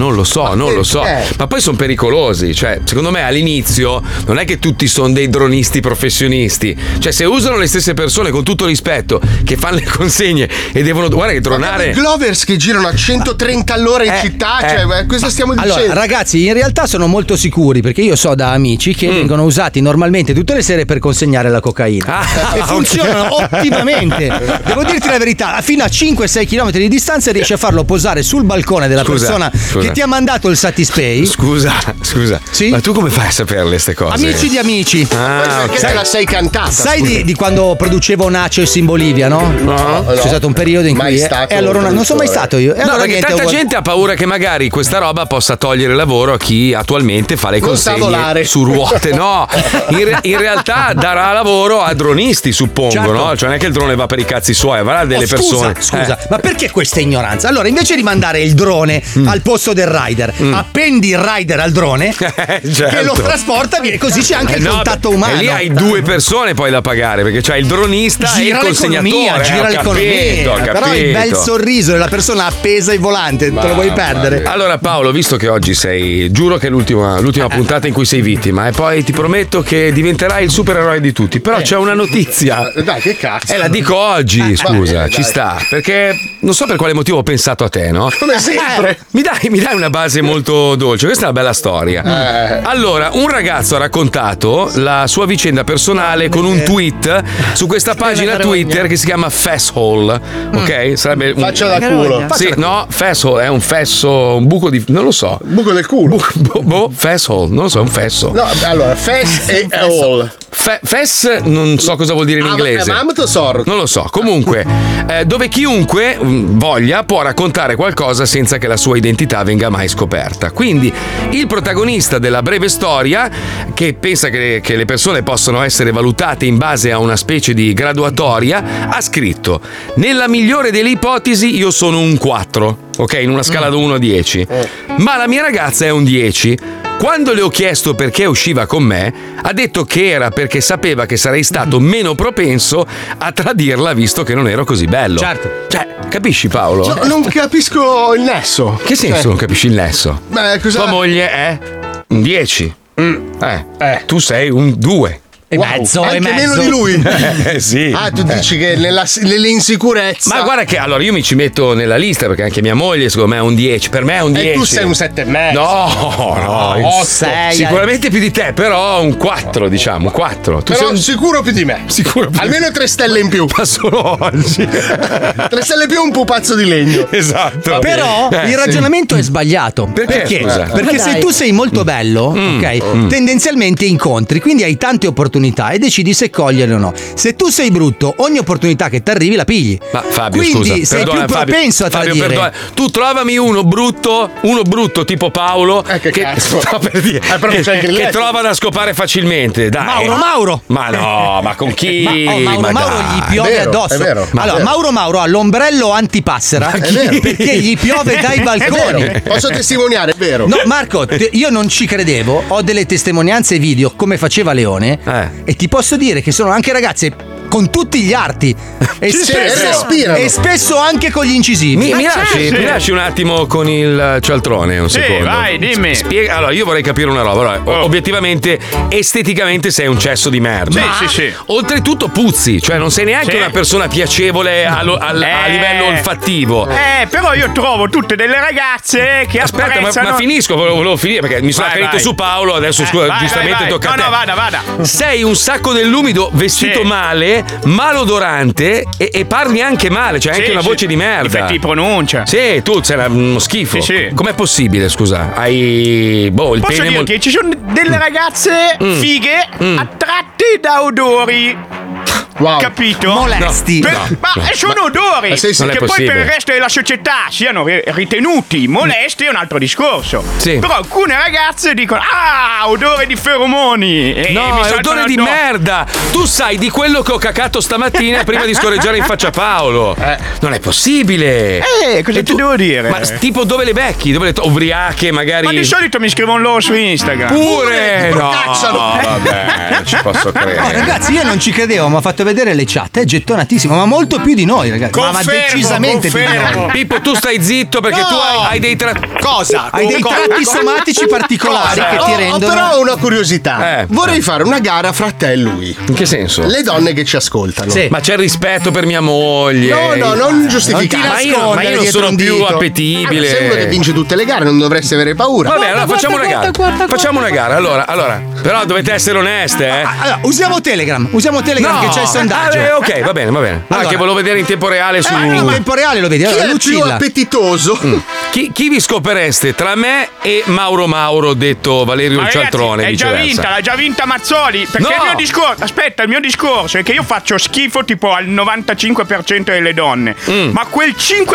Ma poi sono pericolosi. Cioè, secondo me all'inizio non è che tutti sono dei dronisti professionisti. Cioè, se usano le stesse persone, con tutto rispetto, che fanno le consegne e devono. Guarda che dronare. I Glovers che girano a 130 all'ora in città, cioè, cosa stiamo dicendo? Allora, ragazzi, in realtà sono molto sicuri perché io so da amici che vengono usati normalmente tutte le sere per consegnare la cocaina e funzionano ottimamente. Devo dirti la verità, fino a 5-6 km di distanza riesci a farlo posare sul balcone della persona che ti ha mandato il Satispay. Scusa, sì? ma tu come fai a saperle queste cose? Amici di amici. Perché te la sei cantata? Sai di quando producevo Nachos in Bolivia, no? No. C'è stato un periodo in Mai cui stato e allora non sono mai stato io. E No, allora perché niente, tanta gente ha paura che magari questa roba possa togliere lavoro a chi attualmente fa le Non sa consegne volare. su ruote. No, in realtà darà lavoro a dronisti, suppongo, Certo. no? Cioè non è che il drone va per i cazzi suoi, avrà delle persone. Scusa, ma perché questa ignoranza? Allora, invece di mandare il drone al posto del rider, appendi il rider al drone che lo trasporta via, così c'è anche il contatto umano. E lì hai due persone poi da pagare, perché c'hai il dronista Gira e il consegnatore. gira l'economia. Ho capito. Però il bel sorriso della persona appesa ai volante, te lo vuoi perdere? Allora Paolo, visto che oggi giuro che è l'ultima puntata in cui sei vittima e poi ti prometto che diventerai il supereroe di tutti, però c'è una notizia. Dai, che cazzo? La dico oggi, scusa, vabbè, ci dai. sta, perché non so per quale motivo ho pensato a te, no? Come sempre. Mi dai una base molto dolce, questa è una bella storia. Allora, un ragazzo ha raccontato la sua vicenda personale con un tweet su questa pagina Twitter che si chiama Fesshole, ok? Sarebbe un Faccia da culo. Sì, no, Fesshole è un fesso, un buco di non lo so. Buco del culo. Fesshole, non lo so, un fesso. No, allora, fess e all. Fess non so cosa vuol dire in inglese. Non lo so. Comunque, dove chiunque voglia può raccontare qualcosa senza che la sua identità venga mai scoperta. Quindi il protagonista della breve storia, che pensa che le persone possono essere valutate in base a una specie di graduatoria, ha scritto: nella migliore delle ipotesi io sono un 4, ok? In una scala da 1 a 10. Ma la mia ragazza è un 10. Quando le ho chiesto perché usciva con me, ha detto che era perché sapeva che sarei stato meno propenso a tradirla visto che non ero così bello. Certo. Cioè, capisci Paolo? No, non capisco il nesso. Che senso non capisci il nesso? Beh, cosa? Tua moglie è un 10. Tu sei un 2. Anche meno di lui. Sì. Ah, tu dici che nelle insicurezze. Ma guarda che allora io mi ci metto nella lista perché anche mia moglie secondo me è un 10. Per me è un 10. E tu sei un 7,5. No, un 8. 6. Sicuramente più di te, però un 4, diciamo, 4. Tu Però sicuro più di me. Sicuro più almeno 3 stelle in più. Ma solo oggi. 3 stelle in più un pupazzo di legno. Esatto. Però il ragionamento è sbagliato. Perché? Scusa? Perché se tu sei molto bello, ok, tendenzialmente incontri, quindi hai tante opportunità e decidi se coglierle o no. Se tu sei brutto, ogni opportunità che ti arrivi la pigli. Ma Fabio, quindi scusa, sei perdona, più propenso a Fabio, tradire. perdona. Tu trovami uno brutto tipo Paolo che trova da scopare facilmente. Dai. Mauro. Ma no, ma con chi? Mauro gli piove addosso. Allora, Mauro ha l'ombrello antipassera perché gli piove dai balconi. Posso testimoniare, è vero. No, Marco, io non ci credevo. Ho delle testimonianze video come faceva Leone e ti posso dire che sono anche ragazze con tutti gli arti e spesso anche con gli incisivi. Mi lasci un attimo con il cialtrone un secondo. Vai, dimmi. Allora, io vorrei capire una roba. Allora, obiettivamente, esteticamente sei un cesso di merda. Sì. Oltretutto puzzi, cioè non sei neanche una persona piacevole a livello olfattivo. Però io trovo tutte delle ragazze che Aspetta, ma finisco, volevo finire perché mi sono accanito su Paolo, adesso scusa, giustamente tocca a te. No, vada. Sei un sacco dell'umido, vestito male, malodorante e parli anche male, cioè anche una voce di merda. Difetti di pronuncia. Sì, tu sei uno schifo. Sì. Com'è possibile, scusa? Hai il Posso pene dire che ci sono delle ragazze fighe attratte da odori. Capito? Molesti. Ma sono odori Non è che poi possibile. per il resto della società siano ritenuti molesti, è un altro discorso. Sì. Però alcune ragazze dicono: ah, odore di feromoni. E mi No, è saltano odore di addosso. merda. Tu sai di quello che ho cacato stamattina prima di scorreggiare in faccia a Paolo. Non è possibile. Cosa ti devo dire? Ma tipo dove le becchi? Dove le ubriache magari? Ma di solito mi scrivono loro su Instagram. Pure? No, Cacciano. vabbè, non ci posso credere. No, ragazzi, io non ci credevo, ma ho fatto vedere le chat, è gettonatissimo, ma molto più di noi, ragazzi. Ma decisamente più di noi. Pippo, tu stai zitto perché tu hai dei tratti. Cosa? Hai dei tratti somatici particolari che ti rendono. Ho però una curiosità. Vorrei fare una gara fra te e lui. In che senso? Le donne che ci ascoltano. Sì. Ma c'è rispetto per mia moglie. No, non giustificare. Ma io non sono più appetibile. Sei uno che vince tutte le gare, non dovresti avere paura. Vabbè, allora facciamo una gara. Facciamo una gara. Allora, però dovete essere oneste, eh. Allora, usiamo Telegram che c'è il sondaggio. Ok, va bene. No, Allora. che volevo vedere in tempo reale su. In tempo reale lo vedi. Chi Allora, è il più Lucilla. appetitoso? Chi vi scopereste tra me e Mauro, detto Valerio Ma il ragazzi, Cialtrone? è già viceversa? vinta, l'ha già vinta Mazzoli. Perché No! il mio discorso è che io faccio schifo tipo al 95% delle donne. Ma quel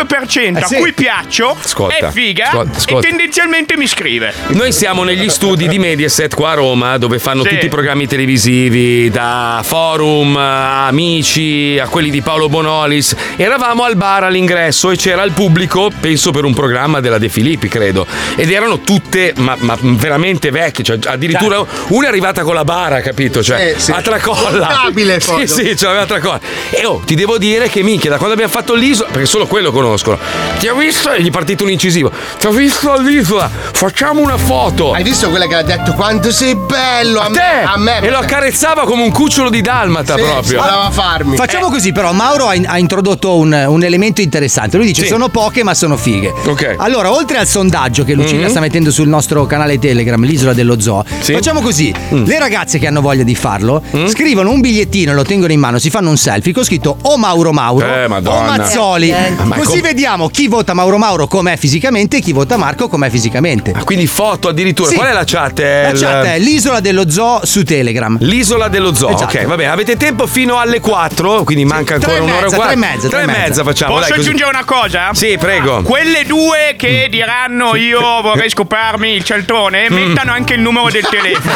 5% sì. a cui piaccio Ascolta, è figa ascolta. e tendenzialmente mi scrive. Noi siamo negli studi di Mediaset qua a Roma, dove fanno Sì. tutti i programmi televisivi, da Forum a Amici a quelli di Paolo Bonolis. Eravamo al bar all'ingresso e c'era il pubblico, penso per un programma della De Filippi, credo. Ed erano tutte, ma veramente vecchie, cioè addirittura una è arrivata con la bara, capito? Cioè, sì. a tracolla. Stabile, Sì, sì, ce l'aveva a tracolla. E ti devo dire che minchia, da quando abbiamo fatto l'isola, perché solo quello conoscono. Ti ho visto, e gli è partito un incisivo. Ti ho visto all'isola, facciamo una foto. Hai visto quella che ha detto quanto sei bello? A te! A me. E lo accarezzava come un cucciolo di dalmata proprio. Voleva farmi. Facciamo così, però. Mauro ha introdotto un elemento interessante. Lui dice: Sì. sono poche, ma sono fighe. Ok. Allora, oltre al sondaggio che Lucilla sta mettendo sul nostro canale Telegram, l'Isola dello Zoo, Sì. facciamo così: le ragazze che hanno voglia di farlo scrivono un bigliettino, lo tengono in mano, si fanno un selfie con scritto o Mauro o Madonna. Mazzoli. Ma Così vediamo chi vota Mauro com'è fisicamente e chi vota Marco com'è fisicamente. Quindi foto addirittura. Sì. Qual è la chat? La chat è l'Isola dello Zoo su Telegram. L'isola dello Zoo. Esatto. Ok, va bene. Avete tempo fino alle 4, quindi manca ancora tre e un'ora e mezza, quarto. tre e mezza. facciamo. Posso dai, così. aggiungere una cosa? Sì, prego. Quelle due che diranno io vorrei scoparmi il cialtrone, mettano anche il numero del telefono.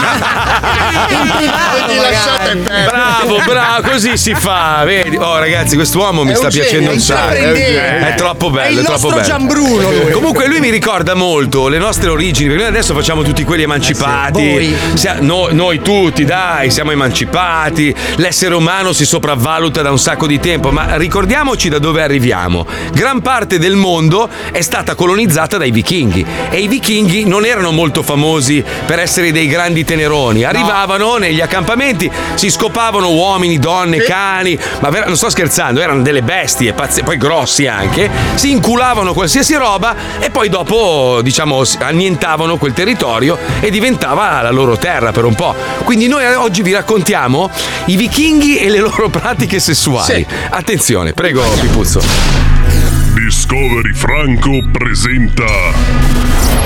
Bravo, così si fa. Vedi? Oh, ragazzi, quest'uomo mi È sta un genio, piacendo è un sacco. intraprendente. È troppo bello, È il troppo nostro bello. Gianbruno, lui. Comunque lui mi ricorda molto le nostre origini, perché noi adesso facciamo tutti quelli emancipati. Voi. Noi tutti, dai, siamo emancipati. L'essere umano si sopravvaluta da un sacco di tempo, ma ricordiamoci da dove arriviamo. Gran parte del mondo è stata colonizzata dai vichinghi e i vichinghi non erano molto famosi per essere dei grandi teneroni. Arrivavano negli accampamenti, si scopavano uomini, donne, cani, ma non sto scherzando, erano delle bestie, poi grossi anche, si inculavano qualsiasi roba e poi dopo, diciamo, annientavano quel territorio e diventava la loro terra per un po'. Quindi noi oggi vi raccontiamo i vichinghi e le loro pratiche sessuali. Attenzione, prego Pipuzzo. Discovery Franco presenta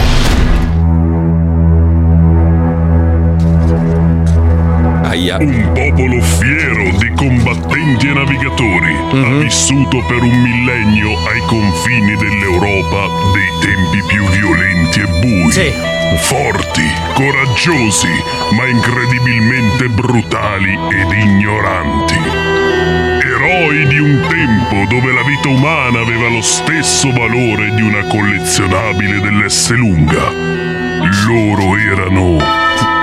un popolo fiero di combattenti e navigatori ha vissuto per un millennio ai confini dell'Europa dei tempi più violenti e bui. Forti, coraggiosi, ma incredibilmente brutali ed ignoranti. Eroi di un tempo dove la vita umana aveva lo stesso valore di una collezionabile dell'Esselunga. Loro erano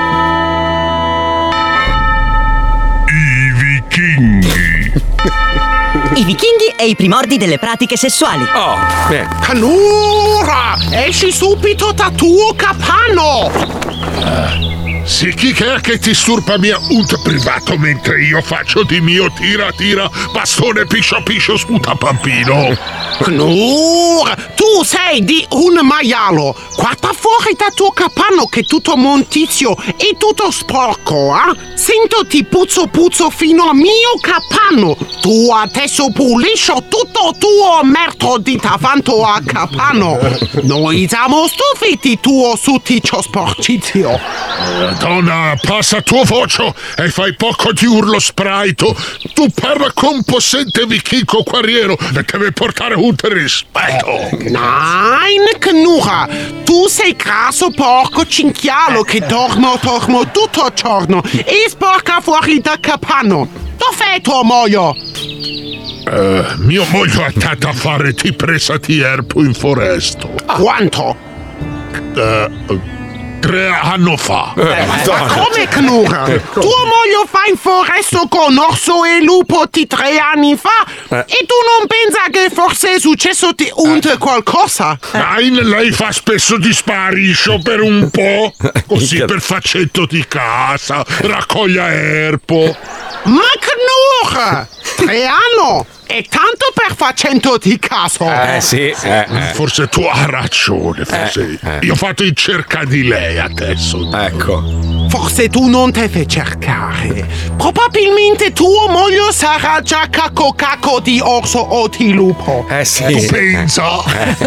i vichinghi. I vichinghi e i primordi delle pratiche sessuali. Oh, beh. Allora, esci subito da tuo capano! Sì, chi che ti sturpa mia ut privato mentre io faccio di mio tira bastone piscio sputa pampino. Allora, tu sei di un maialo. Guarda fuori da tuo capano che tutto montizio e tutto sporco, eh? Sento ti puzzo fino al mio capano. Tu adesso pulisci tutto tuo merto di davanti al capano. Noi siamo stufi di tuo sutticio sporcizio. Donna, passa tuo voce e fai poco di urlo spraito. Tu parla con possente vichingo guerriero e deve portare un rispetto. Nein, Knurra, tu sei grasso porco cinchialo che dormo tutto il giorno e sporca fuori dal capanno. Dov'è tuo moglio? Mio moglio è andato a fare di presa di erpo in foresta. Quanto? 3 anni fa. Ma come, Knurra? Tuo moglio fa in foresta con orso e lupo di 3 anni fa? E tu non pensa che forse è successo qualcosa? Nein, lei fa spesso disparisce per un po'. Così per faccetto di casa, raccoglia erpo. Ma Knurra! 3 anni! E tanto per faccendo di caso. Sì. Forse tu hai ragione, forse. Io ho fatto in cerca di lei adesso. Ecco. Forse tu non devi cercare. Probabilmente tuo moglio sarà già cacco di orso o di lupo. Sì. Tu pensa?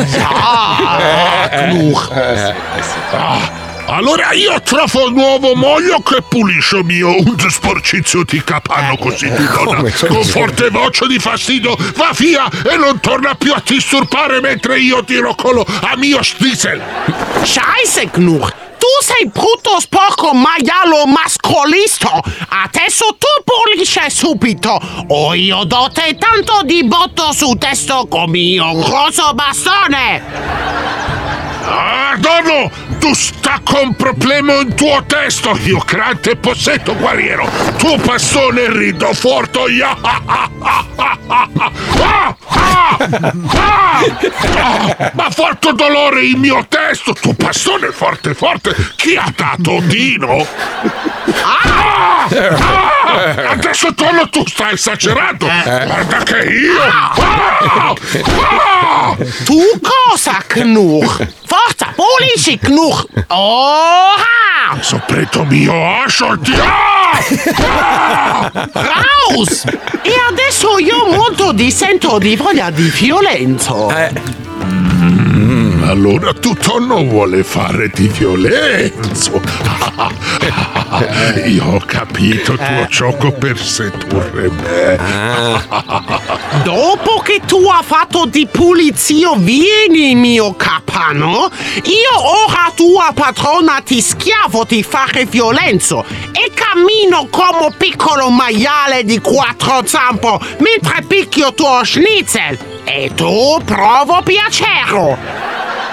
Allora io trovo un nuovo moglio che pulisce un sporcizio di capanno così di donna. Con forte voce di fastidio va via e non torna più a disturbare mentre io tiro colo a mio schnitzel. Scheisse, Knurr. Tu sei brutto, sporco, maialo, mascolisto. Adesso tu pulisci subito o io do te tanto di botto su testo con mio grosso bastone. Donno, tu sta con problema in tuo testo. Io grande possetto guerriero. Tuo bastone rido forte. Ma forte dolore il mio testo. Tuo bastone forte. Chi ha dato Dino? Adesso Donno tu stai esagerando. Guarda che io. Tu cosa, Knurr? Forza, pulisci, Knurr! Ora! Sopretto mio asciolti! Raus! E adesso io molto sento di voglia di violenza. Allora tu non vuole fare di violenza. Io ho capito tuo gioco per sedurre me. Dopo che tu hai fatto di pulizia, vieni mio capanno. Io ora tua padrona ti schiavo di fare violenza e cammino come piccolo maiale di 4 zampe mentre picchio tuo schnitzel. E tu provo piacere.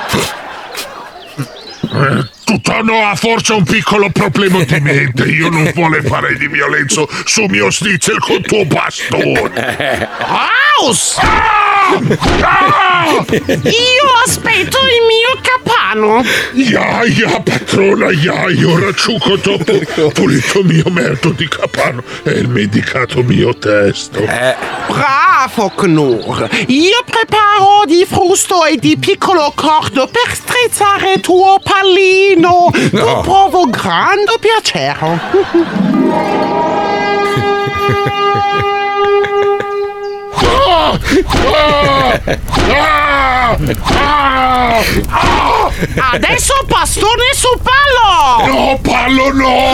Tutt'anno ha forse un piccolo problema di mente. Io non vuole fare di violenza su mio schnitzel con tuo bastone. Aus! Io aspetto il mio capanno. Ja, patrona, io racciuco dopo pulito mio merda di capanno e il medicato mio testo. Bravo, Knurr. Io preparo di frusto e di piccolo cordo per strizzare tuo pallino. Tu provo grande piacere. Adesso bastone su pallo! No, pallo no!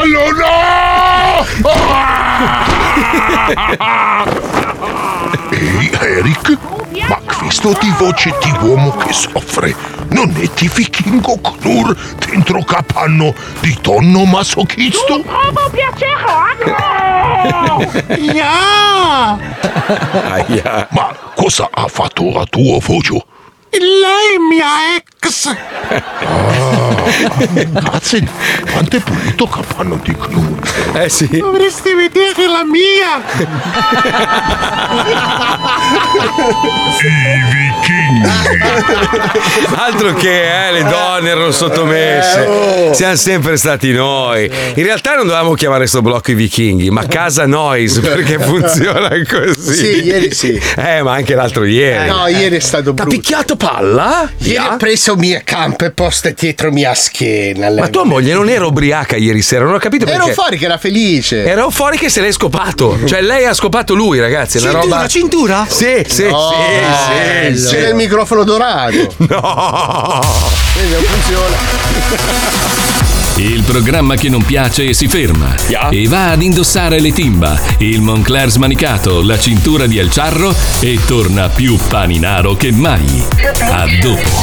Ehi, Eric, ma questo di voce di uomo che soffre non è di vichingo Knurr dentro capanno di tonno masochisto? Tu provo piacere, Ma cosa ha fatto la tua voce? Lei mia ex. Cazzo, quanto è pulito capanno di Knurr. Sì. Dovresti vedere la mia. I vichinghi. Altro che le donne erano sottomesse. Siamo sempre stati noi. In realtà non dovevamo chiamare sto blocco i vichinghi, ma Casa Noise, perché funziona così. Sì, ieri sì. Ma anche l'altro ieri. No, ieri è stato brutto. T'ha picchiato palla? Ieri ho preso mia campa e posta dietro mia schiena. Ma tua moglie non era ubriaca ieri sera, non ho capito perché. Ero fuori che era felice. Era fuori che se l'hai scopato. Cioè lei ha scopato lui, ragazzi. Una roba. Cintura? Sì. C'è il microfono dorato. No. Quindi non funziona. il programma che non piace e si ferma e va ad indossare le timba, il Moncler smanicato, la cintura di El Charro e torna più paninaro che mai. A dopo.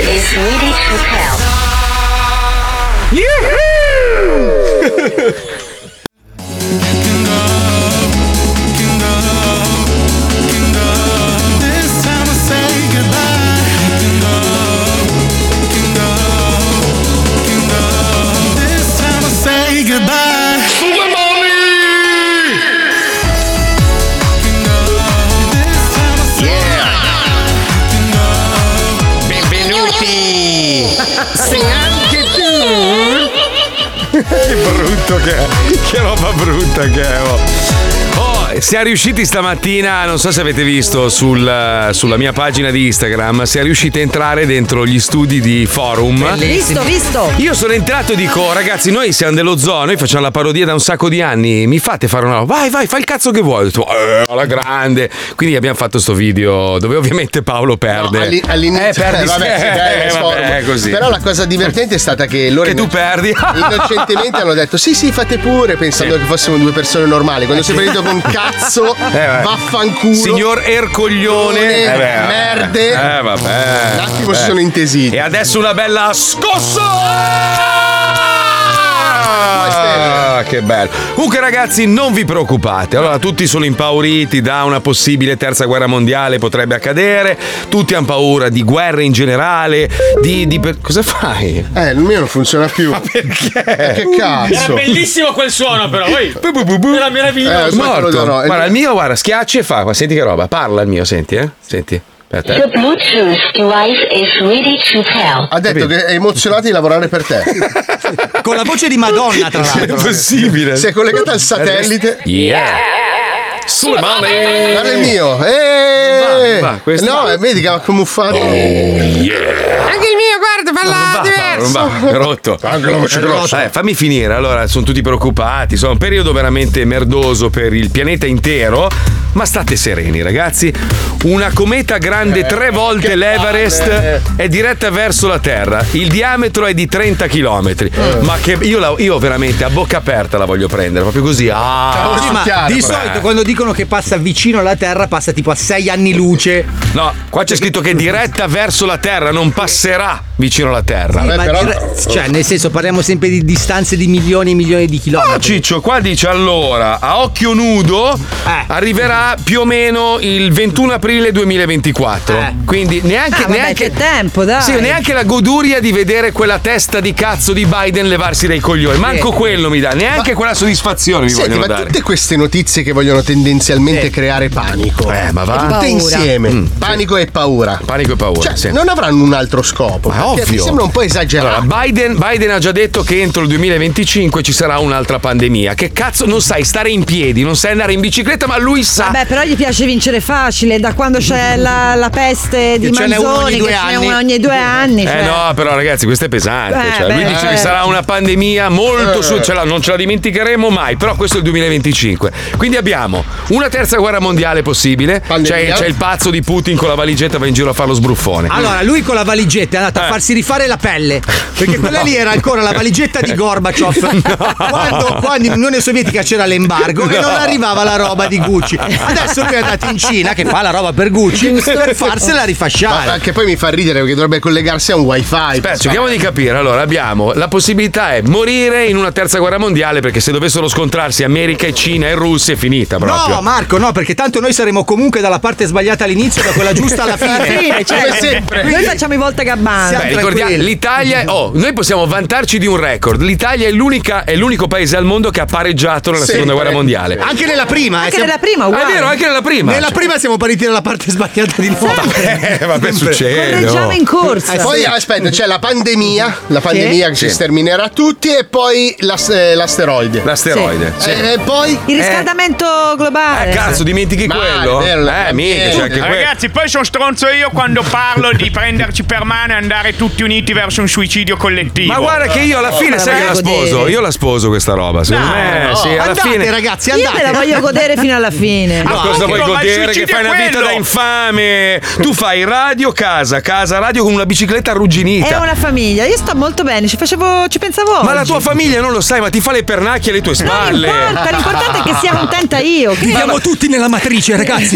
Sei anche tu. Che brutto che è. Che roba brutta che è. Siamo riusciti stamattina, non so se avete visto sulla mia pagina di Instagram, siamo riusciti a entrare dentro gli studi di Forum. Visto. Io sono entrato e dico, ragazzi, noi siamo dello zoo, noi facciamo la parodia da un sacco di anni, mi fate fare una roba? Vai, fai il cazzo che vuoi. Ho detto, alla grande. Quindi abbiamo fatto sto video dove ovviamente Paolo perde. No, all'inizio è così. Però la cosa divertente è stata che loro che tu perdi. Innocentemente hanno detto sì, fate pure, pensando che fossimo due persone normali. Quando si è partito con cazzo, vaffanculo, signor Ercoglione, merde. Vabbè. Un attimo si sono intesiti. E adesso una bella scossa! Che bello. Comunque ragazzi, non vi preoccupate. Allora, tutti sono impauriti da una possibile terza guerra mondiale, potrebbe accadere. Tutti hanno paura di guerre in generale. Cosa fai? Il mio non funziona più. Ma perché? Che cazzo? Era bellissimo quel suono, però. Era meraviglioso. Morto. Guarda, il mio, schiaccia e fa. Senti che roba. Parla il mio, senti, Senti. Aspetta. The Bluetooth device is ready to pair. Ha detto che è emozionato di lavorare per te. Con la voce di Madonna, tra l'altro. È possibile. Si è collegata al satellite. Sulle mani. Guarda il mio. No, vedi che ha camuffato. Anche il mio, guarda, parla diverso. Non va, è rotto. Anche la voce grossa. Fammi finire. Allora, sono tutti preoccupati. Insomma, un periodo veramente merdoso per il pianeta intero. Ma state sereni, ragazzi. Una cometa grande 3 volte l'Everest è diretta verso la Terra. Il diametro è di 30 km. Ma che io veramente a bocca aperta la voglio prendere, proprio così. Ma di solito quando dicono che passa vicino alla Terra passa tipo a 6 anni luce. No, qua c'è scritto che è diretta verso la Terra, non passerà vicino alla Terra. Cioè, nel senso, parliamo sempre di distanze di milioni e milioni di chilometri. No, Ciccio, qua dice allora, a occhio nudo arriverà più o meno il 21 aprile 2024. Quindi neanche che tempo, dai. Sì, neanche la goduria di vedere quella testa di cazzo di Biden levarsi dai coglioni. Manco quello mi dà, neanche quella soddisfazione mi vogliono dare. Tutte queste notizie che vogliono tendenzialmente creare panico. Ma va. Tutte insieme. Panico e paura. Panico e paura. Cioè, non avranno un altro scopo. Ma ovvio. Mi sembra un po' esagerato. Allora, Biden ha già detto che entro il 2025 ci sarà un'altra pandemia. Che cazzo, non sai stare in piedi, non sai andare in bicicletta, ma lui sa. Vabbè, però gli piace vincere facile, da quando c'è la peste di Manzoni, che ce n'è una ogni 2 anni. Cioè. No, però ragazzi, questo è pesante. Lui dice che sarà una pandemia molto non ce la dimenticheremo mai, però questo è il 2025. Quindi abbiamo una terza guerra mondiale possibile. C'è il pazzo di Putin con la valigetta, va in giro a fare lo sbruffone. Allora, lui con la valigetta è andato a farsi rifare la pelle, perché quella lì era ancora la valigetta di Gorbaciov. Quando in Unione Sovietica c'era l'embargo e non arrivava la roba di Gucci. Adesso lui è andato in Cina, che fa la roba per Gucci, per farsela rifasciare. Ma che poi mi fa ridere perché dovrebbe collegarsi a un wifi. Aspetta, cerchiamo di capire. Allora, abbiamo la possibilità è morire in una terza guerra mondiale, perché se dovessero scontrarsi America e Cina e Russia è finita proprio. No, Marco, no, perché tanto noi saremo comunque dalla parte sbagliata all'inizio e da quella giusta alla fine. Come sempre. Noi facciamo i volta gabbana. Ricordiamo, l'Italia noi possiamo vantarci di un record. L'Italia è l'unico paese al mondo che ha pareggiato nella seconda guerra mondiale. Anche nella prima. Anche nella prima, uguale. È vero, anche nella prima. Nella prima siamo partiti dalla parte sbagliata di nuovo. Vabbè, succede. Correggiamo in corsa. Poi aspetta, c'è la pandemia che ci sterminerà tutti, e poi l'asteroide. L'asteroide. Sì. E poi il riscaldamento globale. Cazzo, dimentichi quello? Mica, c'è anche ragazzi, poi sono stronzo io quando parlo di prenderci per mano e andare tutti Stati Uniti verso un suicidio collettivo. Ma guarda che io alla fine sai che la sposo. Io la sposo questa roba. Secondo me, sì, alla andate, fine. ragazzi, Io me la voglio godere fino alla fine. Ma cosa vuoi godere? Che fai una vita da infame? Tu fai radio, casa, radio con una bicicletta arrugginita. È una famiglia. Io sto molto bene, ci pensavo. Ma la tua famiglia non lo sai, ma ti fa le pernacchie alle tue spalle. Non importa, l'importante è che sia contenta io. Viviamo tutti nella matrice, ragazzi.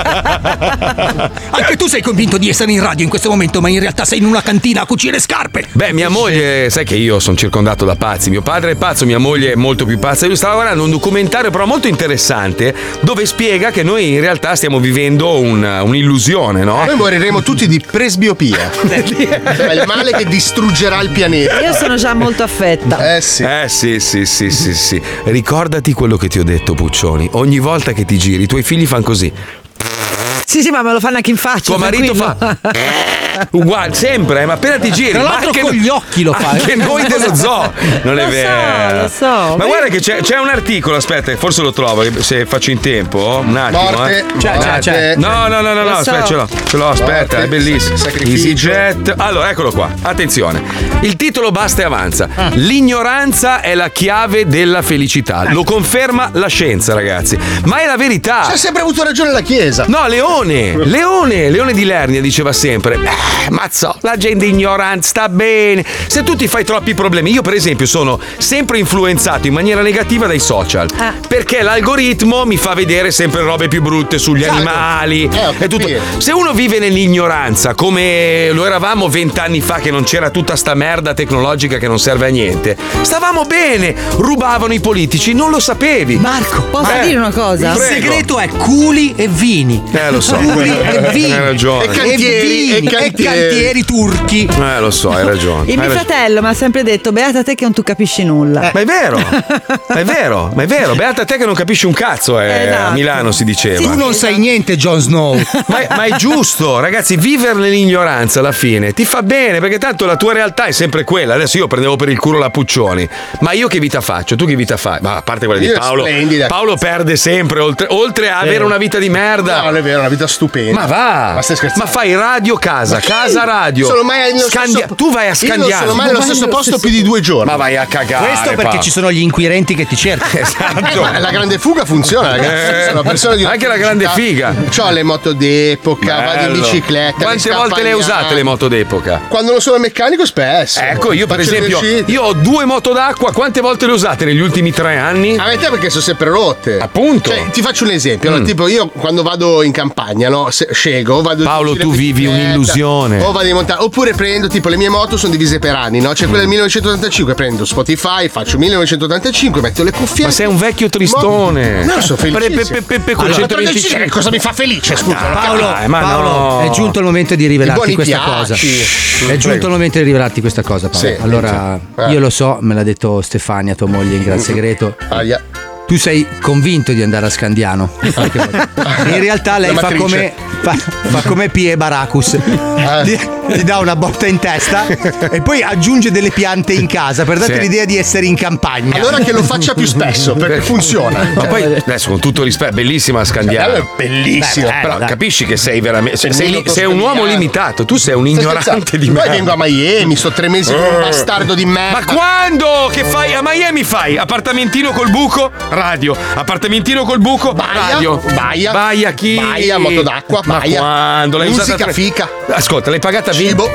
Anche tu sei convinto di essere in radio in questo momento, ma in realtà sei in una cantina a cucire scarpe. Beh, mia moglie, sai che io sono circondato da pazzi. Mio padre è pazzo, mia moglie è molto più pazza. Io stavo guardando un documentario però molto interessante dove spiega che noi in realtà stiamo vivendo un'illusione, no? Noi moriremo tutti di presbiopia. È il male che distruggerà il pianeta. Io sono già molto affetta. Sì. Sì. Ricordati quello che ti ho detto, Puccioni. Ogni volta che ti giri, i tuoi figli fanno così. Sì, ma me lo fanno anche in faccia. Tuo marito fa uguale, sempre, ma appena ti giri. Tra l'altro anche con gli occhi lo fa. Anche noi dello zoo. Non è vero. Lo so. Ma guarda che c'è un articolo, aspetta, forse lo trovo, se faccio in tempo. Un attimo. Morte. C'è. No, aspetta, ce l'ho, aspetta, è bellissimo. Sacrificio. EasyJet. Allora, eccolo qua. Attenzione. Il titolo basta e avanza. L'ignoranza è la chiave della felicità. Lo conferma la scienza, ragazzi. Ma è la verità. C'ha sempre avuto ragione la Chiesa. No, Leone di Lernia diceva sempre: mazzo, la gente ignorante sta bene. Se tu ti fai troppi problemi, io per esempio sono sempre influenzato in maniera negativa dai social, perché l'algoritmo mi fa vedere sempre robe più brutte sugli animali e tutto. Se uno vive nell'ignoranza come lo eravamo 20 anni fa, che non c'era tutta sta merda tecnologica che non serve a niente, stavamo bene. Rubavano i politici, non lo sapevi. Marco, posso dire una cosa? Il segreto è culi e vini. Lo so. Culi e vini. Hai ragione. E cantieri turchi. Lo so, hai ragione. Il mio fratello mi ha sempre detto: beata te che non tu capisci nulla. Ma è vero. Beata te che non capisci un cazzo. A Milano si diceva. Tu non sai niente, Jon Snow. Ma è giusto, ragazzi, vivere nell'ignoranza alla fine ti fa bene, perché tanto la tua realtà è sempre quella. Adesso io prendevo per il culo la Puccioni, ma io che vita faccio? Tu che vita fai? Ma a parte quella di Paolo. Paolo perde sempre, oltre a avere una vita di merda. No, non è vero, una vita stupenda. Ma va! Ma stai scherzando? Ma fai radio casa radio. Sono mai nello stesso... Tu vai a Scandiano. Io non sono mai nello stesso posto più di 2 giorni. Ma vai a cagare. Questo perché ci sono gli inquirenti che ti cercano. Esatto. Ma la grande fuga funziona, ragazzi. Sono una persona di anche la grande figa. C'ho le moto d'epoca, vado in bicicletta. Quante volte le hai usate le moto d'epoca? Quando non sono meccanico, spesso. Ecco, io per esempio, io ho 2 moto d'acqua. Quante volte le ho usate negli ultimi 3 anni? A me perché sono sempre rotte. Appunto. Cioè, ti faccio un esempio. Allora, tipo, io quando vado in campagna, no? Scego, vado Paolo, tu vivi un'illusione. O vado in montagna. Oppure prendo, tipo, le mie moto sono divise per anni, no? C'è quella del 1985, prendo Spotify, faccio 1985, metto le cuffie. Ma sei un vecchio tristone. No, sono felicissimo. Allora, cosa mi fa felice? Scusa, Paolo, è giunto il momento di rivelarti questa cosa. È giunto il momento di rivelarti questa cosa, Paolo. Sì, allora, io lo so, me l'ha detto Stefania, tua moglie, in gran segreto. Tu sei convinto di andare a Scandiano. In realtà lei fa come Pie Baracus. Ti dà una botta in testa e poi aggiunge delle piante in casa per darti l'idea di essere in campagna. Allora che lo faccia più spesso, perché funziona. Ma poi adesso, con tutto rispetto, bellissima Scandiano. È bellissimo. Però capisci che sei veramente. Sei un uomo limitato, tu sei un ignorante di merda. Poi vengo a Miami, sto 3 mesi con un bastardo di merda. Ma quando? Che fai? A Miami fai appartamentino col buco? Radio. Appartamentino col buco? Radio. Baia chi? Baia, moto d'acqua. Ma quando? L'hai musica usata fica. Ascolta, l'hai pagata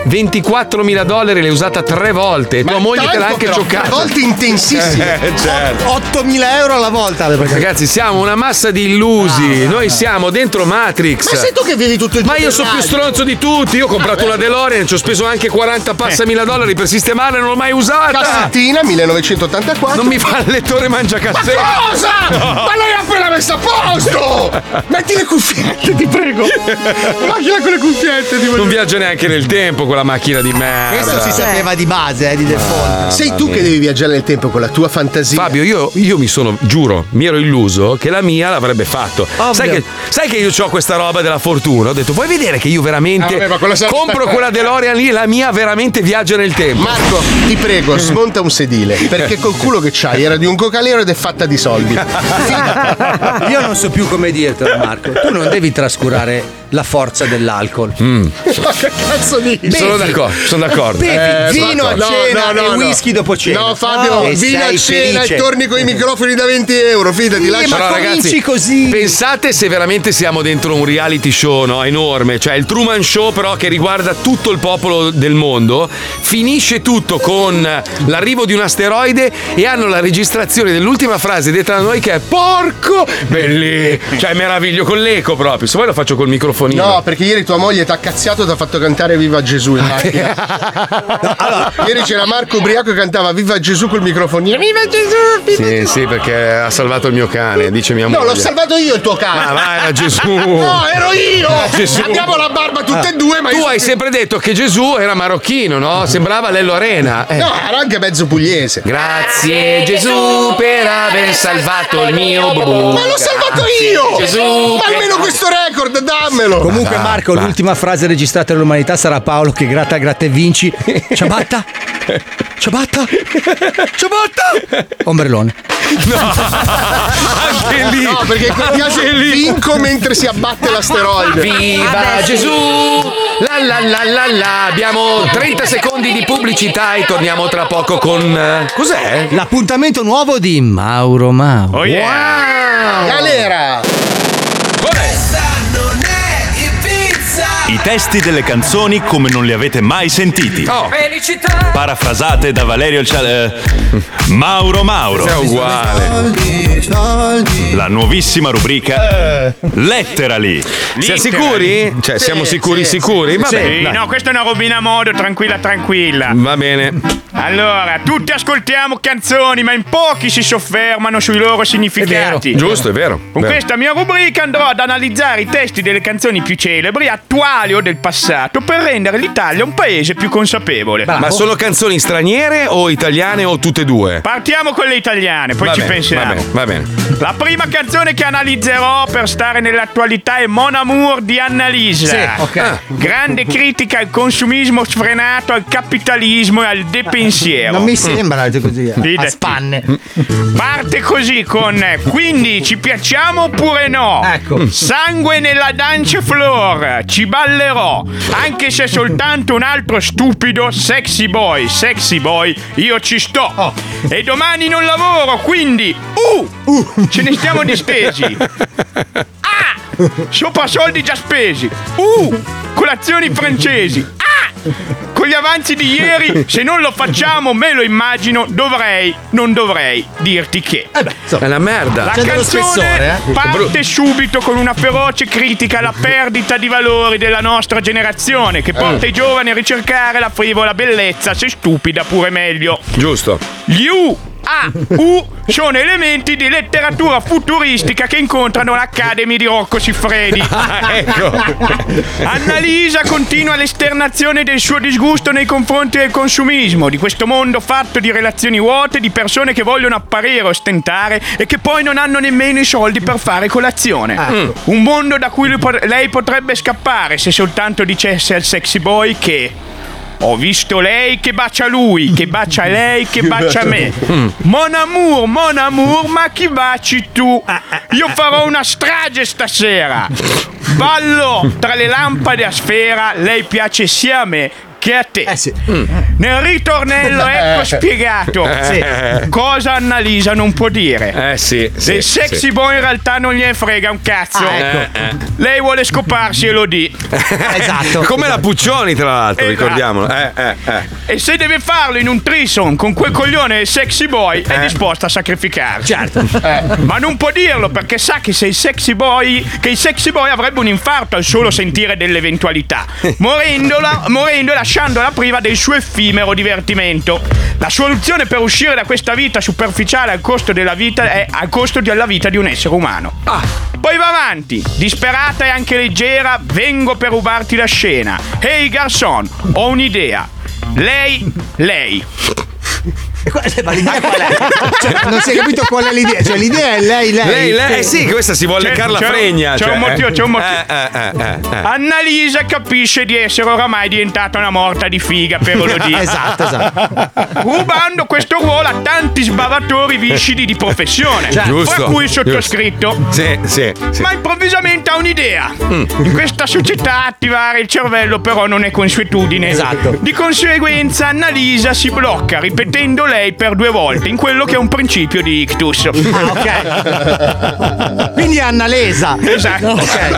$24.000, l'hai usata 3 volte. Tua moglie te l'ha anche giocata. 3 volte intensissime. Certo. 8.000 alla volta. Ragazzi, siamo una massa di illusi. Noi siamo dentro Matrix. Ma sei tu che vivi tutto il giorno? Ma io sono più stronzo di tutti. Io ho comprato una DeLorean, ci ho speso anche 40 passamila dollari per sistemarla e non l'ho mai usata. Cassettina 1984. Non mi fa il lettore mangiacassette. Ma cosa? No. Ma l'hai appena messa a posto! Metti le cuffiette, ti prego. Macchina con le cuffiette. Non viaggia neanche nel tempo quella macchina di merda. Questo si sapeva di base, di default. Sei tu che devi viaggiare nel tempo con la tua fantasia. Fabio, io mi ero illuso che la mia l'avrebbe fatto. Sai che io ho questa roba della fortuna? Ho detto, vuoi vedere che io veramente compro quella DeLorean lì, la mia veramente viaggia nel tempo. Marco, ti prego, smonta un sedile, perché col culo che c'hai era di un cocalero ed è fatta di soldi. soldi. Io non so più come dirtelo, Marco. Tu non devi trascurare la forza dell'alcol. Ma che cazzo dici? Sono d'accordo. Bevi vino a cena e whisky dopo cena. No, Fabio, E vino a sei cena felice. e torni con i microfoni da 20 euro. Fidati, lascia. Però ragazzi, così. pensate se veramente siamo dentro un reality show, no? Enorme, cioè il Truman Show però che riguarda tutto il popolo del mondo. Finisce tutto con l'arrivo di un asteroide e hanno la registrazione dell'ultima frase detta da noi che è porco bellissimo, cioè meraviglio con l'eco proprio. Se vuoi lo faccio col microfonino. No, perché ieri tua moglie t'ha cazziato e t'ha fatto cantare Viva Gesù in macchina. Ieri c'era Marco ubriaco che cantava Viva Gesù col microfonino. Viva Gesù! Sì, perché ha salvato il mio cane, dice mia moglie. No, l'ho salvato io il tuo cane. Ma vai, era Gesù. No, ero io. Gesù. Abbiamo la barba tutte e due, ma tu io hai sempre detto che Gesù era marocchino, no? Sembrava Lello Arena. No, era anche mezzo pugliese. Grazie Gesù per aver salvato il mio bubù. Ma l'ho salvato io! Gesù. Ma almeno questo record, dammelo! Comunque, Marco, l'ultima frase registrata dall'umanità sarà Paolo che gratta e vinci. Ciabatta? Ombrellone. Anche lì. No, perché in quel caso vinco mentre si abbatte l'asteroide. Viva Gesù! La. Abbiamo 30 secondi di pubblicità e torniamo tra poco con. Cos'è? L'appuntamento nuovo di Mauro Mauro. Oh yeah! Wow! Galera! I testi delle canzoni come non li avete mai sentiti. Felicità! Parafrasate da Valerio Mauro Mauro. È uguale. La nuovissima rubrica Letterali. Siamo sicuri? Cioè, siamo sicuri? Va bene. Sì, dai. no, questa è una robina a modo, tranquilla. Va bene. Allora, tutti ascoltiamo canzoni, ma in pochi si soffermano sui loro significati. Giusto, è vero. Con questa mia rubrica andrò ad analizzare i testi delle canzoni più celebri, attuali o del passato, per rendere l'Italia un paese più consapevole. Ma sono canzoni straniere o italiane o tutte e due? Partiamo con le italiane, poi ci pensiamo. Va bene. La prima canzone che analizzerò per stare nell'attualità è Mon Amour di Annalisa. Sì, ok. Grande critica al consumismo sfrenato, al capitalismo e al depensiero. Non mi sembra così. A Fidati. spanne. Parte così con quindi ci piacciamo oppure no? Ecco. Sangue nella dance floor, ci ballerò, anche se soltanto un altro stupido sexy boy, io ci sto. E domani non lavoro, quindi ce ne stiamo distesi. Sopra soldi già spesi. Colazioni francesi. Con gli avanzi di ieri, se non lo facciamo, me lo immagino, non dovrei dirti che. È una merda. La C'è dello canzone spessore, parte subito con una feroce critica alla perdita di valori della nostra generazione, che porta i giovani a ricercare la frivola bellezza, se stupida pure meglio. Giusto. Gli sono elementi di letteratura futuristica che incontrano l'Academy di Rocco Siffredi. Ecco. Annalisa continua l'esternazione del suo disgusto nei confronti del consumismo, di questo mondo fatto di relazioni vuote, di persone che vogliono apparire, ostentare e che poi non hanno nemmeno i soldi per fare colazione. Un mondo da cui lei potrebbe scappare se soltanto dicesse al sexy boy che ho visto lei che bacia lui, che bacia lei, che bacia me. Mon amour, ma chi baci tu? Io farò una strage stasera. Ballo tra le lampade a sfera, lei piace sia a me che a te. Nel ritornello ecco spiegato cosa Annalisa non può dire. Del sexy boy in realtà non gliene frega un cazzo. Lei vuole scoparsi e lo di. Esatto. Come la Puccioni, tra l'altro, Esatto. ricordiamolo. E se deve farlo in un threesome con quel coglione del sexy boy è disposta a sacrificarsi. Certo. Ma non può dirlo perché sa che il sexy boy avrebbe un infarto al solo sentire dell'eventualità, morendo e lasciandola priva del suo effimero divertimento. La soluzione per uscire da questa vita superficiale al costo della vita è al costo della vita di un essere umano. Poi va avanti, disperata e anche leggera, vengo per rubarti la scena. Ehi garçon, ho un'idea. Lei Ma l'idea qual è? Cioè, non si è capito qual è l'idea. Cioè, l'idea è lei. Sì, questa si vuole leccare la fregna. C'è un motivo. Annalisa capisce di essere oramai diventata una morta di figa per Elodie. Esatto. Rubando questo ruolo a tanti sbavatori viscidi di professione. Giusto. Fra cui il sottoscritto. Sì. Ma improvvisamente ha un'idea. In questa società attivare il cervello però non è consuetudine. Esatto. Di conseguenza Annalisa si blocca ripetendo lei per 2 volte in quello che è un principio di ictus. Ok. Quindi è Annalesa. Esatto.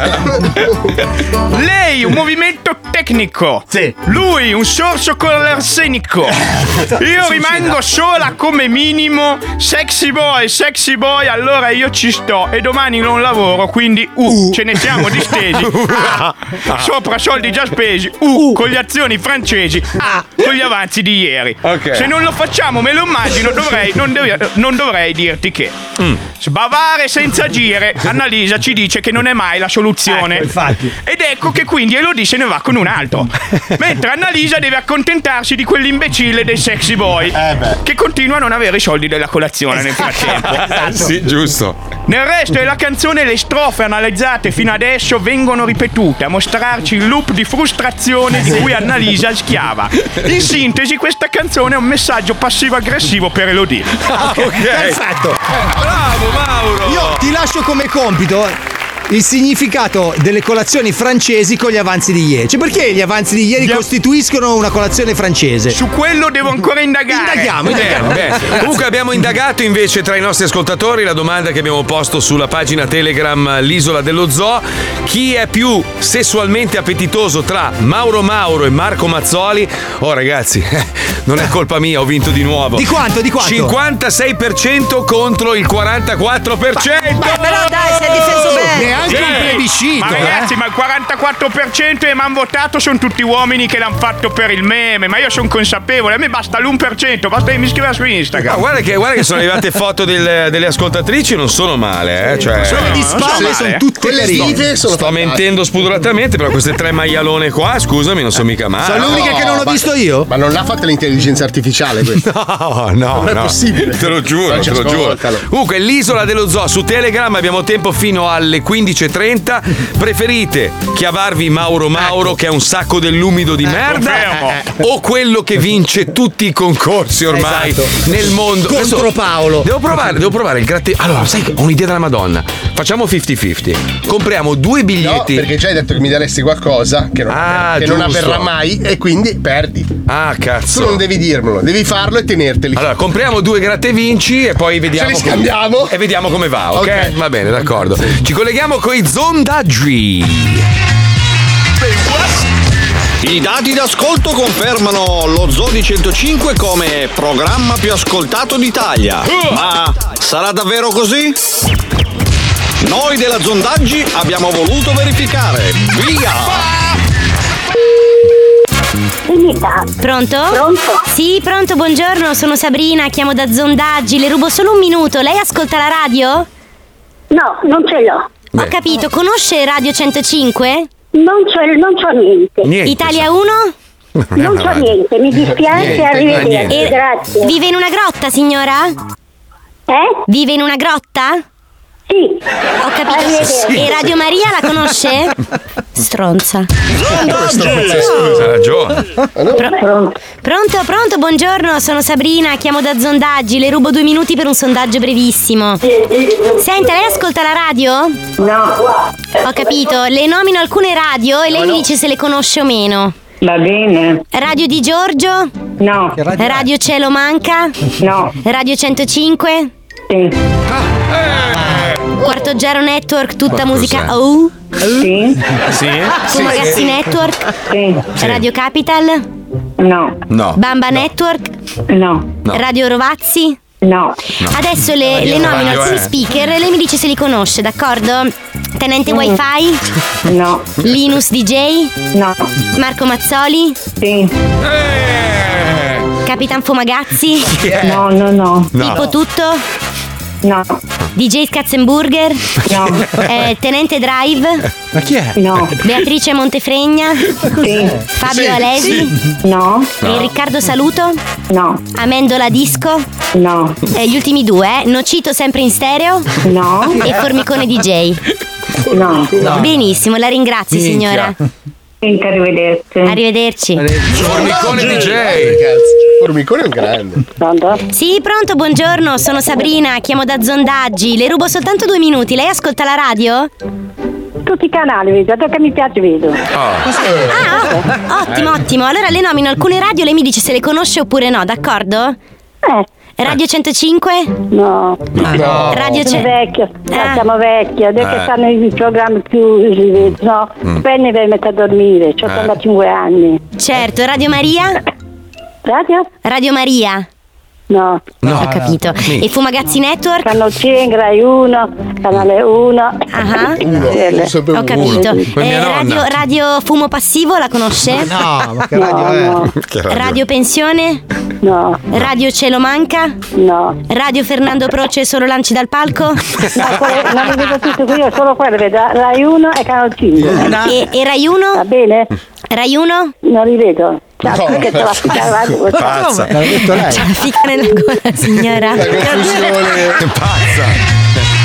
Lei un movimento tecnico. Sì. Lui un sorso con l'arsenico. Io rimango sola come minimo. Sexy boy, allora io ci sto e domani non lavoro, quindi ce ne siamo distesi. Sopra soldi già spesi. Con le azioni francesi. Con gli avanzi di ieri. Okay. Se non lo facciamo, me lo immagino, non dovrei dirti che sbavare senza agire. Annalisa ci dice che non è mai la soluzione. Infatti. Ed ecco che quindi Elodie se ne va con un altro. Mentre Annalisa deve accontentarsi di quell'imbecille dei sexy boy che continua a non avere i soldi della colazione nel frattempo. Sì, giusto. Nel resto della canzone le strofe analizzate fino adesso vengono ripetute a mostrarci il loop di frustrazione di cui Annalisa è schiava. In sintesi, questa canzone è un messaggio passivo-aggressivo per Elodie. Perfetto. Bravo Mauro. Io ti lascio come compito il significato delle colazioni francesi con gli avanzi di ieri. Cioè, perché gli avanzi di ieri costituiscono una colazione francese? Su quello devo ancora indagare. Indaghiamo. Comunque abbiamo indagato invece tra i nostri ascoltatori la domanda che abbiamo posto sulla pagina Telegram L'Isola dello Zoo: chi è più sessualmente appetitoso tra Mauro Mauro e Marco Mazzoli? Oh ragazzi, non è colpa mia, ho vinto di nuovo. Di quanto? 56% contro il 44%. Ma però dai, si è difeso bene. Neanche un plebiscito. Ma ragazzi, ma il 44% che mi hanno votato sono tutti uomini che l'hanno fatto per il meme. Ma io sono consapevole, a me basta l'1%, basta che mi scriva su Instagram. Guarda che sono arrivate foto delle ascoltatrici, non sono male, cioè. Di spalle sono tutte carine. Sto mentendo spudoratamente, però queste 3 maialone qua, scusami, non sono mica male. Sono l'unica che non ho visto io. Ma non l'ha fatta l'intelligenza artificiale questa? No, non è possibile. Te lo giuro. Comunque, l'Isola dello Zoo su Telegram, abbiamo tempo fino alle 15:30. Preferite chiavarvi Mauro Mauro, che è un sacco dell'umido di merda, o quello che vince tutti i concorsi ormai nel mondo? Contro Paolo. Devo provare il gratte. Allora, sai, ho un'idea della Madonna. Facciamo 50-50. Compriamo 2 biglietti. No, perché già hai detto che mi daresti qualcosa che non avverrà mai e quindi perdi. Ah, cazzo. Tu non devi dirmelo, devi farlo e tenerteli. Allora, compriamo 2 gratte e vinci e poi vediamo. Ce li scambiamo e vediamo come va, ok? Va bene, d'accordo. Ci colleghiamo con i sondaggi. I dati d'ascolto confermano lo Zoo di 105 come programma più ascoltato d'Italia. Ma sarà davvero così? Noi della Sondaggi abbiamo voluto verificare. Via! Pronto? Pronto? Sì, pronto, buongiorno, sono Sabrina, chiamo da Sondaggi, le rubo solo un minuto. Lei ascolta la radio? No, non ce l'ho. Ho capito, conosce Radio 105? Non c'ho niente. Italia 1? Non c'ho niente, mi dispiace, arrivederci, grazie. Vive in una grotta, signora? Vive in una grotta? Sì. Ho capito. Sì. E Radio Maria la conosce? Stronza. Ha ragione. Pronto, buongiorno, sono Sabrina, chiamo da Sondaggi, le rubo 2 minuti per un sondaggio brevissimo. Senta, lei ascolta la radio? No. Ho capito, le nomino alcune radio e lei mi dice se le conosce o meno. Va bene. Radio di Giorgio? No. Radio Cielo Manca? No. Radio 105? Sì. Quarto Gero Network, tutta Ma musica cos'è? OU? Sì. Sì? Fumagazzi Network? Sì. Radio Capital? No. No. Bamba Network? No. Radio Rovazzi? No. Adesso le nomino radio alcuni è? speaker e lei mi dice se li conosce, d'accordo? Tenente Wi-Fi? No. Linus DJ? No. Marco Mazzoli? Sì. Capitan Fumagazzi? No. Tipo tutto? No. DJ Scatzenburger? No. Tenente Drive? Ma chi è? No. Beatrice Montefregna? Sì. Fabio Sì. Alesi? Sì. No. E Riccardo Saluto? No. Amendola Disco? No. Gli ultimi due, Nocito sempre in stereo? No. E Formicone DJ? No. Benissimo, la ringrazio signora. Arrivederci. Arrivederci. Formicone DJ. Formicone è un grande. Pronto? Sì, pronto, buongiorno, sono Sabrina, chiamo da Zondaggi. Le rubo soltanto 2 minuti. Lei ascolta la radio? Tutti i canali, vedo, che mi piace vedo. Ottimo. Allora le nomino alcune radio, lei mi dice se le conosce oppure no, d'accordo? Radio 105? No. Radio Siamo vecchie, siamo vecchie, adesso che stanno i programmi più, no? Penny per mettere a dormire, ho 85 anni. Certo, Radio Maria? Radio Maria? No. Ho capito. E Fumagazzi Network? Canale 5, Rai 1, Canale 1. Ho capito. Radio Fumo Passivo, la conosce? No, ma che radio è? Radio Pensione? No. Radio Cielo Manca? No. Radio Fernando Proce, solo lanci dal palco? No, non li vedo tutti qui, solo quelle vedo, Rai 1 e Canale 5. E Rai 1? Va bene? Rai 1? Non li vedo. Che te la fica avanti. Pazza. L'ha detto lei. C'è la fica nella gola, signora. La confusione. Pazza.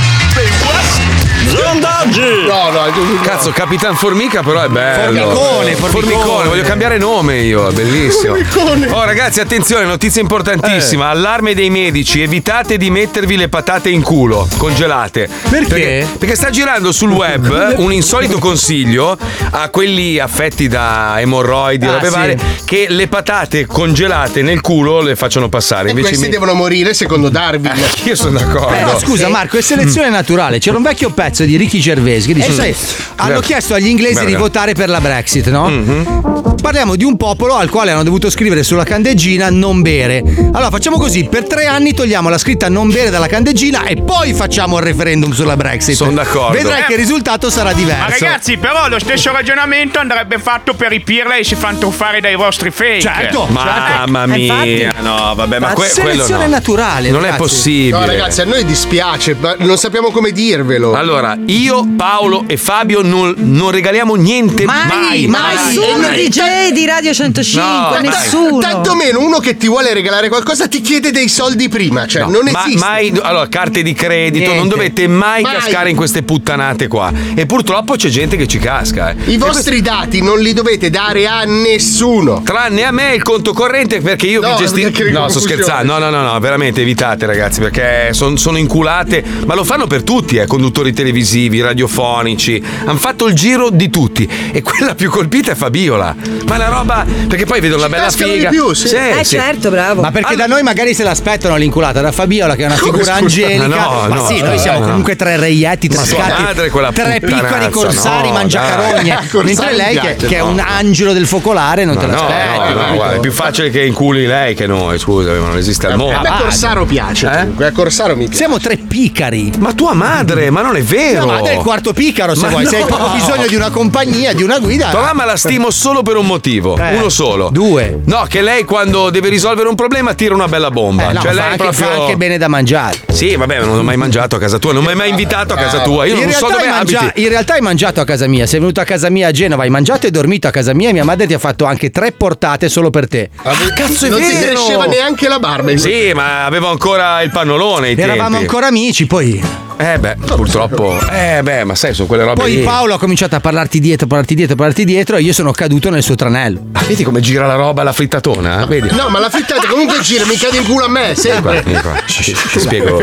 Sondaggi! No. Cazzo, Capitan Formica però è bello. Formicone. Voglio cambiare nome io, è bellissimo. Formicone. Oh ragazzi, attenzione, notizia importantissima. Allarme dei medici, evitate di mettervi le patate in culo, congelate. Perché? Perché sta girando sul web un insolito consiglio a quelli affetti da emorroidi e robe varie, che le patate congelate nel culo le facciano passare. E Invece questi devono morire secondo Darwin. io sono d'accordo. No, scusa Marco, è selezione naturale. C'era un vecchio pezzo di Ricky Gervais che dice hanno chiesto agli inglesi di votare per la Brexit, no? Parliamo di un popolo al quale hanno dovuto scrivere sulla candeggina non bere. Allora facciamo così, per 3 anni togliamo la scritta non bere dalla candeggina e poi facciamo il referendum sulla Brexit. Sono d'accordo. Vedrai che il risultato sarà diverso. Ma ragazzi, però lo stesso ragionamento andrebbe fatto per i pirla e si fanno truffare dai vostri fake. Certo. Mamma mia, no, vabbè, ma quello selezione no. naturale, non ragazzi. è possibile. No, ragazzi, a noi dispiace, ma non sappiamo come dirvelo. Allora, io, Paolo e Fabio non regaliamo niente mai. Nessuno DJ di Radio 105, nessuno. Tanto meno uno che ti vuole regalare qualcosa ti chiede dei soldi prima, cioè non esiste. Mai, allora, carte di credito, Niente. non dovete mai Mai. cascare in queste puttanate qua. E purtroppo c'è gente che ci casca. I vostri dati non li dovete dare a nessuno. Tranne a me il conto corrente, perché io No, vi gestisco. perché No, sto confusione. scherzando. No, veramente evitate, ragazzi, perché sono inculate. Ma lo fanno per tutti, conduttori televisivi, radiofonici. Hanno fatto il giro di tutti. E quella più colpita è Fabiola. Ma la roba. Perché poi vedono la bella cascano figa. di più, sì. sì. Certo, bravo. Ma perché da noi magari se l'aspettano l'inculata, da Fabiola che è una figura angelica. Ma no, sì, noi siamo comunque 3 reietti, 3 Ma sua scatti, madre è quella 3 puttanazza, piccoli corsari no, mangiacarogne. dai. Mentre lei che è no. un angelo del focolare non te l'aspetti. No, guarda, è più facile che inculi lei che noi, scusami, ma non esiste al mondo. A me Corsaro piace. Comunque, a Corsaro mi piace. Siamo 3 picari. Ma tua madre, ma non è vero. Tua madre è il quarto picaro, se Ma vuoi. no. Se hai proprio bisogno di una compagnia, di una guida. Tua mamma la stimo solo per un motivo, uno solo. 2. No, che lei quando deve risolvere un problema tira una bella bomba. No, cioè fa lei anche, proprio fa anche bene da mangiare. Sì, vabbè, ma non ho mai mangiato a casa tua, non mi hai mai invitato a casa tua. Io non so dove abiti. In realtà hai mangiato a casa mia. Sei venuto a casa mia a Genova, hai mangiato e dormito a casa mia. E mia madre ti ha fatto anche 3 portate solo per te. Cazzo, è non vero. ti cresceva neanche la barba. Sì, ma avevo ancora il pannolone. Eravamo ancora amici, poi. Purtroppo. Ma sai, sono quelle robe Poi lì. Paolo ha cominciato a parlarti dietro e io sono caduto nel suo tranello. Vedi come gira la roba alla frittatona? Vedi? No, ma la frittata comunque gira, mi cade in culo a me, sempre. Vieni qua. Ti spiego.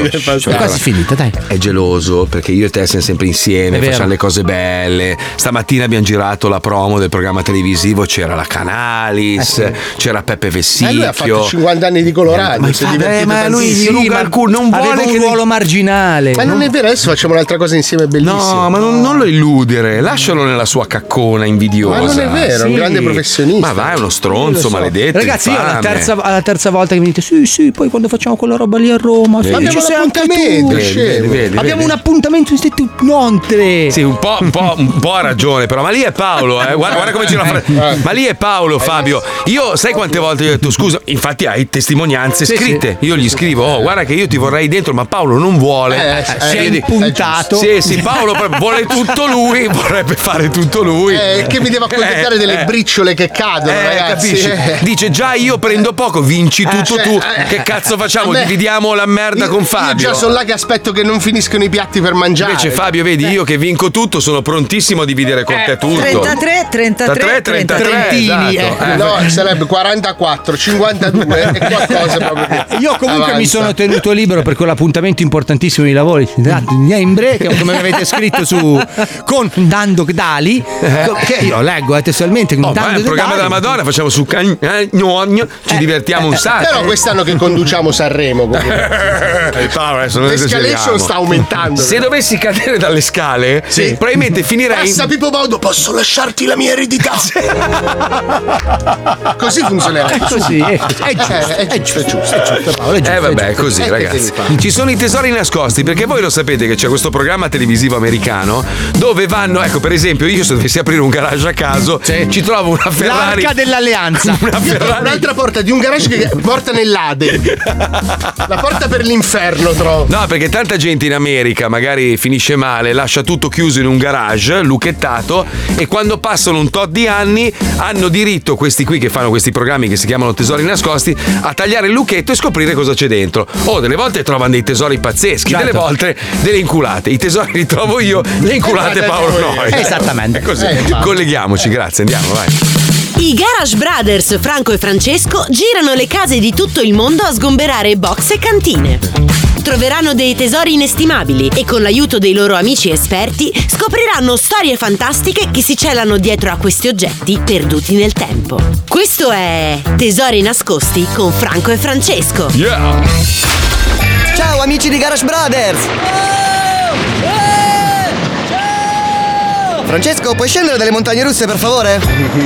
È quasi finita, dai. È geloso perché io e te siamo sempre insieme, È vero. facciamo le cose belle. Stamattina abbiamo girato la promo del programma televisivo, c'era la Canalis, c'era Peppe Vessicchio. Lui ha fatto 50 anni di Colorado, si è divertito ma lui tantissimo. non vuole aveva un che ruolo marginale. Ale. Ma non è vero, adesso facciamo un'altra cosa insieme bellissima. No, ma non lo illudere, lascialo nella sua caccona invidiosa. Ma non è vero, è un grande professionista. Ma vai, è uno stronzo, maledetto. Ragazzi, io infame. alla terza volta che mi dite sì, poi quando facciamo quella roba lì a Roma, Vedi. ci sei anche tu. Vedi. Abbiamo un appuntamento in settimane. Sì, un po' ha ragione, però. Ma lì è Paolo, guarda come gira la frase. Ma lì è Paolo, Fabio. Io sai quante volte gli ho detto scusa, infatti hai testimonianze scritte. Io gli scrivo, guarda che io ti vorrei dentro, ma Paolo non vuole. Si è impuntato. Sì, Paolo vuole tutto lui, vorrebbe fare tutto lui. Che mi devo accontentare delle briciole che cadono, ragazzi. Capisci? Dice già io prendo poco, vinci tutto tu. Che cazzo facciamo? Dividiamo la merda con Fabio. Io già sono là che aspetto che non finiscono i piatti per mangiare. Invece Fabio, vedi, io che vinco tutto, sono prontissimo a dividere con te tutto. 33. Trentini. Esatto. No, sarebbe 44, 52 e qualcosa proprio. Io comunque avanza. mi sono tenuto libero per quell'appuntamento importantissimo di lavori. Imbre, come avete scritto con Dando Gdali, che io leggo testualmente. Ma è il programma della Madonna, facciamo su ci divertiamo un sacco. Però quest'anno che conduciamo Sanremo, l'escalation sta aumentando. Se dovessi cadere dalle scale, probabilmente finirei. Passa Pippo Baudo, posso lasciarti la mia eredità? Così funziona. È così, è giusto, Paolo, Vabbè, è così, ragazzi. Ci sono i tesori nascosti, perché voi lo sapete che c'è questo programma televisivo americano dove vanno, ecco, per esempio, io se dovessi aprire un garage a caso, ci trovo una Ferrari. L'Arca dell'Alleanza. Un'altra porta di un garage che porta nell'Ade. La porta per l'inferno, trovo. No, perché tanta gente in America magari finisce male, lascia tutto chiuso in un garage, lucchettato, e quando passano un tot di anni hanno diritto, questi qui che fanno questi programmi che si chiamano tesori nascosti, a tagliare il lucchetto e scoprire cosa c'è dentro. Delle volte trovano dei tesori pazzeschi, delle volte delle inculate. I tesori li trovo io, le inculate Paolo noi. Esattamente. È così. Colleghiamoci, grazie, andiamo, vai. I Garage Brothers Franco e Francesco girano le case di tutto il mondo a sgomberare box e cantine. Troveranno dei tesori inestimabili e con l'aiuto dei loro amici esperti scopriranno storie fantastiche che si celano dietro a questi oggetti perduti nel tempo. Questo è Tesori nascosti con Franco e Francesco. Ciao amici di Garage Brothers! Francesco, puoi scendere dalle montagne russe per favore?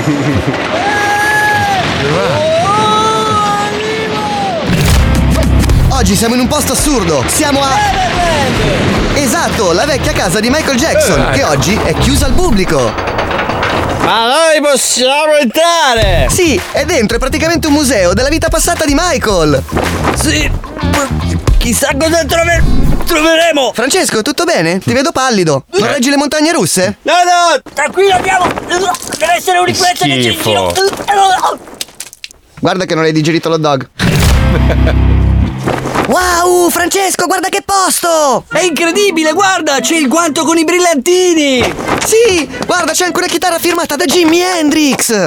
Oggi siamo in un posto assurdo. Siamo a... Esatto, la vecchia casa di Michael Jackson, che oggi è chiusa al pubblico. Ma noi possiamo entrare! Sì, e dentro è praticamente un museo della vita passata di Michael. Sì, chissà cosa troveremo! Francesco, tutto bene? Ti vedo pallido. Non reggi le montagne russe? No, tranquillo, abbiamo... Deve essere un riflesso di cigino. Guarda che non hai digerito l'hot dog. Wow, Francesco, guarda che posto! È incredibile, guarda, c'è il guanto con i brillantini! Sì, guarda, c'è anche una chitarra firmata da Jimi Hendrix!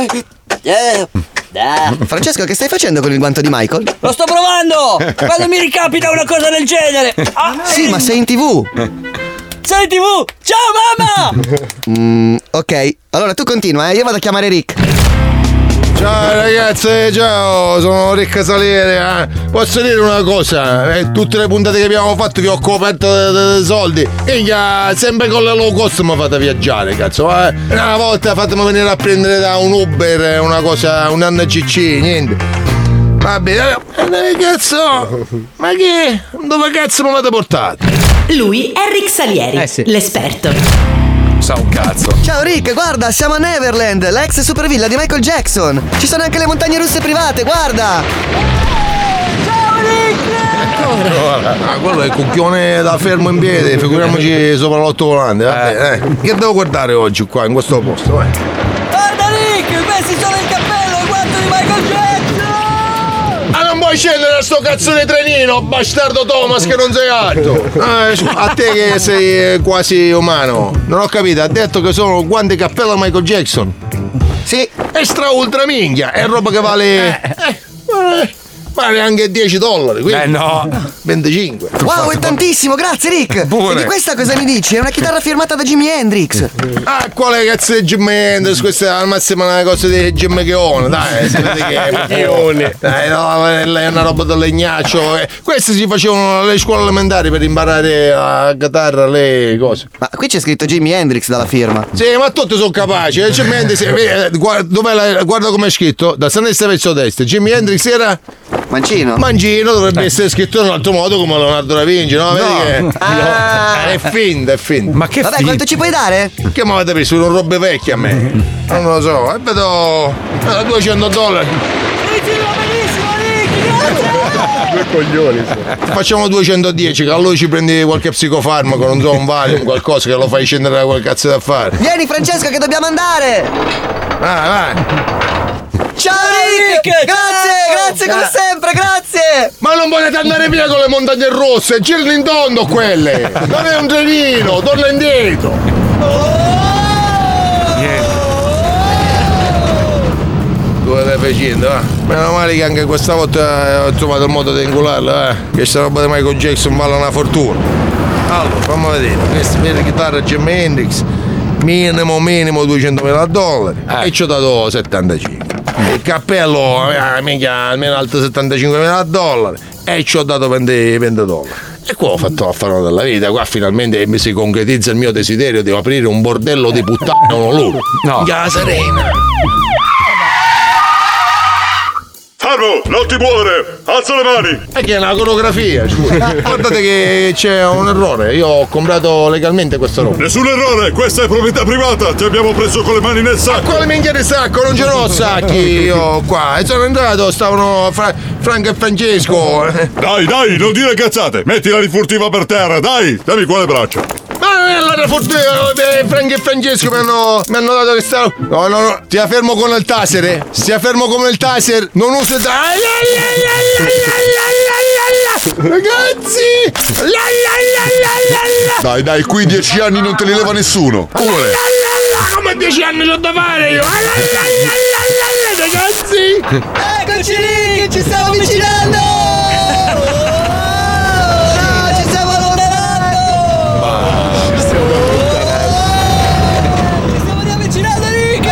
Francesco, che stai facendo con il guanto di Michael? Lo sto provando! Quando mi ricapita una cosa del genere! Sì, ma sei in TV! Sei in TV! Ciao mamma! Ok, allora tu continua, io vado a chiamare Rick. Ciao ragazzi, ciao, sono Rick Salieri. Posso dire una cosa? Tutte le puntate che abbiamo fatto vi ho coperto dei soldi. E sempre con le low cost mi fate viaggiare, cazzo. Una volta fatemi venire a prendere da un Uber, una cosa, un NCC, niente. Va bene, cazzo, ma che? Dove cazzo mi avete portato? Lui è Rick Salieri, l'esperto. Sa un cazzo. Ciao Rick, guarda, siamo a Neverland, l'ex supervilla di Michael Jackson. Ci sono anche le montagne russe private, guarda. Ciao Rick! Quello è il cucchione da fermo in piedi, figuriamoci sopra l'ottovolante. Vabbè, Che devo guardare oggi qua in questo posto? Guarda Rick, messi solo il cappello e il guanto di Michael Jackson! Ah, non puoi scendere da sto cazzo di trenino, bastardo Thomas, che non sei alto. A te che sei quasi umano. Non ho capito, ha detto che sono guanti e cappello Michael Jackson. Sì. È stra ultra minchia, è roba che vale... Ma neanche $10, quindi. No. 25. Wow, è tantissimo, grazie Rick. Pure. E di questa cosa mi dici? È una chitarra firmata da Jimi Hendrix. Ah, quale cazzo di Jimi Hendrix? Questa è al massimo una cosa di Jimmy Cheone, dai, sapete che è Cheone. Dai, no, è una roba da legnaccio. Queste si facevano alle scuole elementari per imparare a chitarra le cose. Ma qui c'è scritto Jimi Hendrix dalla firma. Sì, ma tutti sono capaci. Jimi Hendrix, guarda come è scritto, da sinistra verso destra. Jimi Hendrix era Mancino. Mancino, dovrebbe essere scritto in un altro modo come Leonardo da Vinci, no? Vedi che è finta, è finta. Ma che Vabbè, quanto ci puoi dare? Che mi avete preso? Sono robe vecchie a me. Non lo so, e vedo $200. Due coglioni. Facciamo 210, che a lui ci prendi qualche psicofarmaco, non so, un Valium, qualcosa che lo fai scendere da quel cazzo da fare. Vieni Francesco che dobbiamo andare. Vai. Ciao Rick! Grazie come sempre, grazie! Ma non volete andare via con le montagne rosse, girano in tondo quelle! Non è un trenino, torna indietro! Dove stai facendo, va? Meno male che anche questa volta ho trovato il modo di incularla, che sta roba di Michael Jackson vale una fortuna. Allora, fammi vedere, questa è la chitarra Jimi Hendrix, minimo $200.000 e ci ho dato 75. Il cappello, mica almeno altri $75.000 e ci ho dato $20. E qua ho fatto l'affare della vita, qua finalmente mi si concretizza il mio desiderio di aprire un bordello di puttane uno loro. No. La Serena. Fermo, non ti muovere! Alza le mani! È che è una coreografia, scusa. Guardate che c'è un errore, io ho comprato legalmente questo roba. Nessun errore, questa è proprietà privata, ti abbiamo preso con le mani nel sacco! Ma quale minchia di sacco? Non ce l'ho sacchi io qua. E sono entrato, stavano Franco e Francesco. Dai, non dire cazzate! Metti la rifurtiva per terra, dai! Dammi quelle braccia! Ma allora Franco e Francesco mi hanno dato che stavo. No, stia fermo con il taser, Stia fermo come il taser, non uso ragazzi! Dai, qui 10 anni non te li leva nessuno! Pure! Come 10 anni c'ho da fare io! Ragazzi! Eccoci Rick, ci stiamo avvicinando! Ciao, ci stiamo allontanando! Ci stiamo riavvicinando Rick!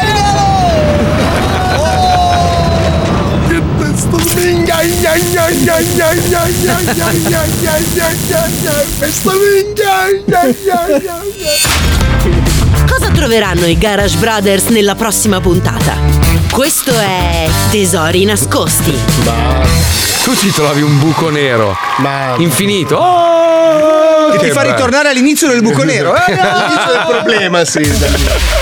Cosa troveranno i Garage Brothers nella prossima puntata? Questo è Tesori nascosti. Tu ci trovi un buco nero infinito. Che ti fa ritornare all'inizio del buco nero. All'inizio del problema, sì.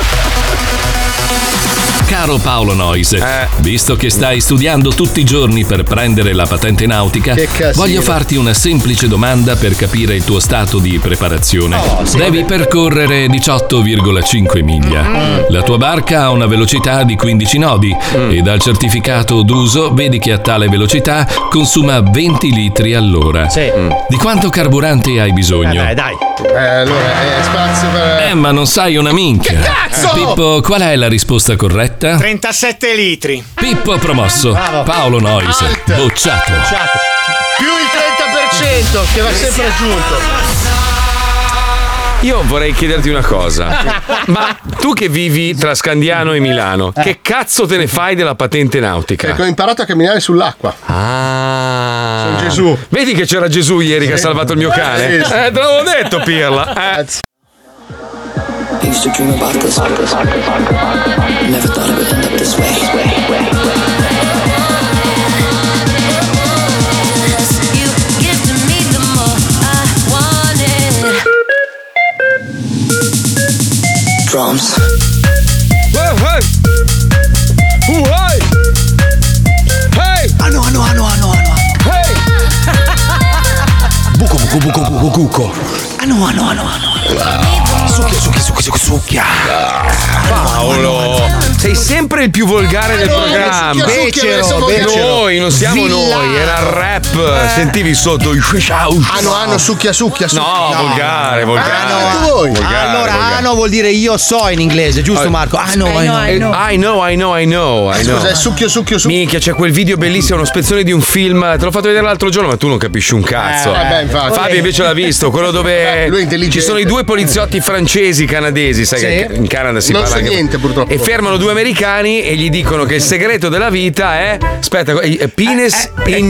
Caro Paolo Noise, visto che stai studiando tutti i giorni per prendere la patente nautica, voglio farti una semplice domanda per capire il tuo stato di preparazione. Devi percorrere 18,5 miglia. La tua barca ha una velocità di 15 nodi e dal certificato d'uso vedi che a tale velocità consuma 20 litri all'ora. Di quanto carburante hai bisogno? Dai. Allora, è spazio per... Ma non sai una minchia. Che cazzo? Pippo, qual è la risposta corretta? 37 litri. Pippo promosso. Bravo. Paolo Noise, bocciato. Più il 30% che va sempre aggiunto. Io vorrei chiederti una cosa. Ma tu che vivi tra Scandiano e Milano, che cazzo te ne fai della patente nautica? Perché ho imparato a camminare sull'acqua. Sono Gesù. Vedi che c'era Gesù ieri che ha salvato il mio cane? Sì. Te l'avevo detto, Pirla. Used to dream about this. Never thought it would end up this way. You give to me the more I wanted. Drums. Hey! Ano. Hey! Buco. Ano. Succhia. Paolo, sei sempre il più volgare del programma. Noi non siamo noi, era il rap. Sentivi sotto il Ano, succhia. No, volgare. Allora, ano vuol dire io so in inglese, giusto Marco? I know. Scusa, è succhio. Minchia, c'è quel video bellissimo, una spezzone di un film. Te l'ho fatto vedere l'altro giorno, ma tu non capisci un cazzo. Infatti. Fabio invece l'ha visto, quello dove lui è intelligente. ci sono i due poliziotti francesi canadesi, sai che in Canada si non parla so anche... niente purtroppo. E fermano due americani e gli dicono che il segreto della vita è penis